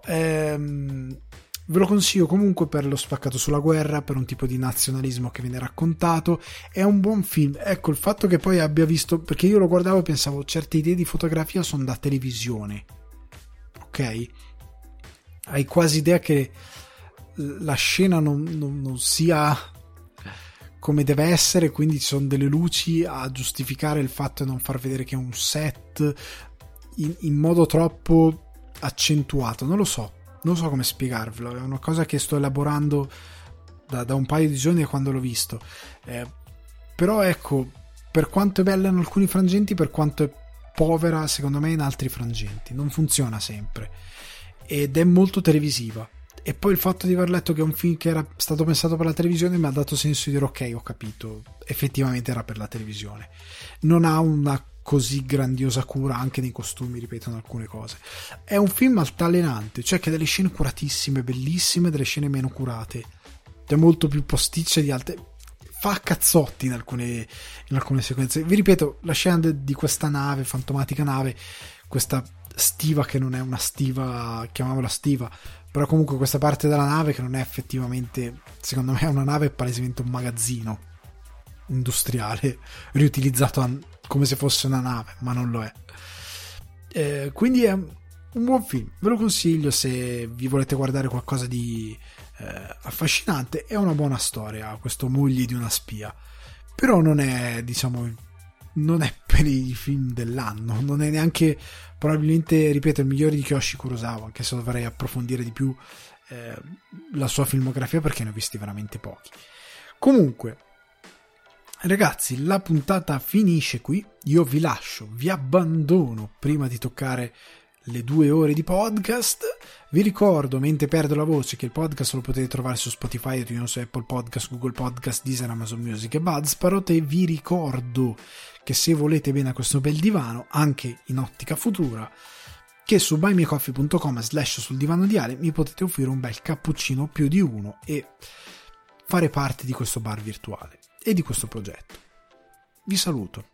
ve lo consiglio comunque per lo spaccato sulla guerra, per un tipo di nazionalismo che viene raccontato. È un buon film. Ecco, il fatto che poi abbia visto, perché io lo guardavo e pensavo certe idee di fotografia sono da televisione, ok? Hai quasi idea che la scena non sia come deve essere, quindi ci sono delle luci a giustificare il fatto di non far vedere che è un set in modo troppo accentuato. Non so come spiegarvelo, è una cosa che sto elaborando da un paio di giorni quando l'ho visto, però ecco, per quanto è bella in alcuni frangenti, per quanto è povera secondo me in altri frangenti, non funziona sempre ed è molto televisiva. E poi il fatto di aver letto che è un film che era stato pensato per la televisione mi ha dato senso di dire ok, ho capito, effettivamente era per la televisione. Non ha una così grandiosa cura anche nei costumi, ripeto, in alcune cose. È un film altalenante, cioè che ha delle scene curatissime, bellissime, delle scene meno curate, è molto più posticce di altre, fa cazzotti in alcune sequenze. Vi ripeto, la scena di questa nave, fantomatica nave, questa stiva che non è una stiva, chiamiamola stiva, però comunque questa parte della nave che non è effettivamente, secondo me è una nave, è palesemente un magazzino industriale riutilizzato come se fosse una nave, ma non lo è. Quindi è un buon film, ve lo consiglio se vi volete guardare qualcosa di affascinante. È una buona storia, questo moglie di una spia, però non è, diciamo, non è per i film dell'anno, non è neanche probabilmente, ripeto, il migliore di Kiyoshi Kurosawa, anche se dovrei approfondire di più la sua filmografia, perché ne ho visti veramente pochi. Comunque ragazzi, la puntata finisce qui, io vi lascio, vi abbandono prima di toccare le 2 ore di podcast. Vi ricordo, mentre perdo la voce, che il podcast lo potete trovare su Spotify, iTunes, Apple Podcast, Google Podcast, Deezer, Amazon Music e Buzzsprout, e vi ricordo che se volete bene a questo bel divano, anche in ottica futura, che su buymeacoffee.com/sul divano di Ale mi potete offrire un bel cappuccino più di uno e fare parte di questo bar virtuale e di questo progetto. Vi saluto.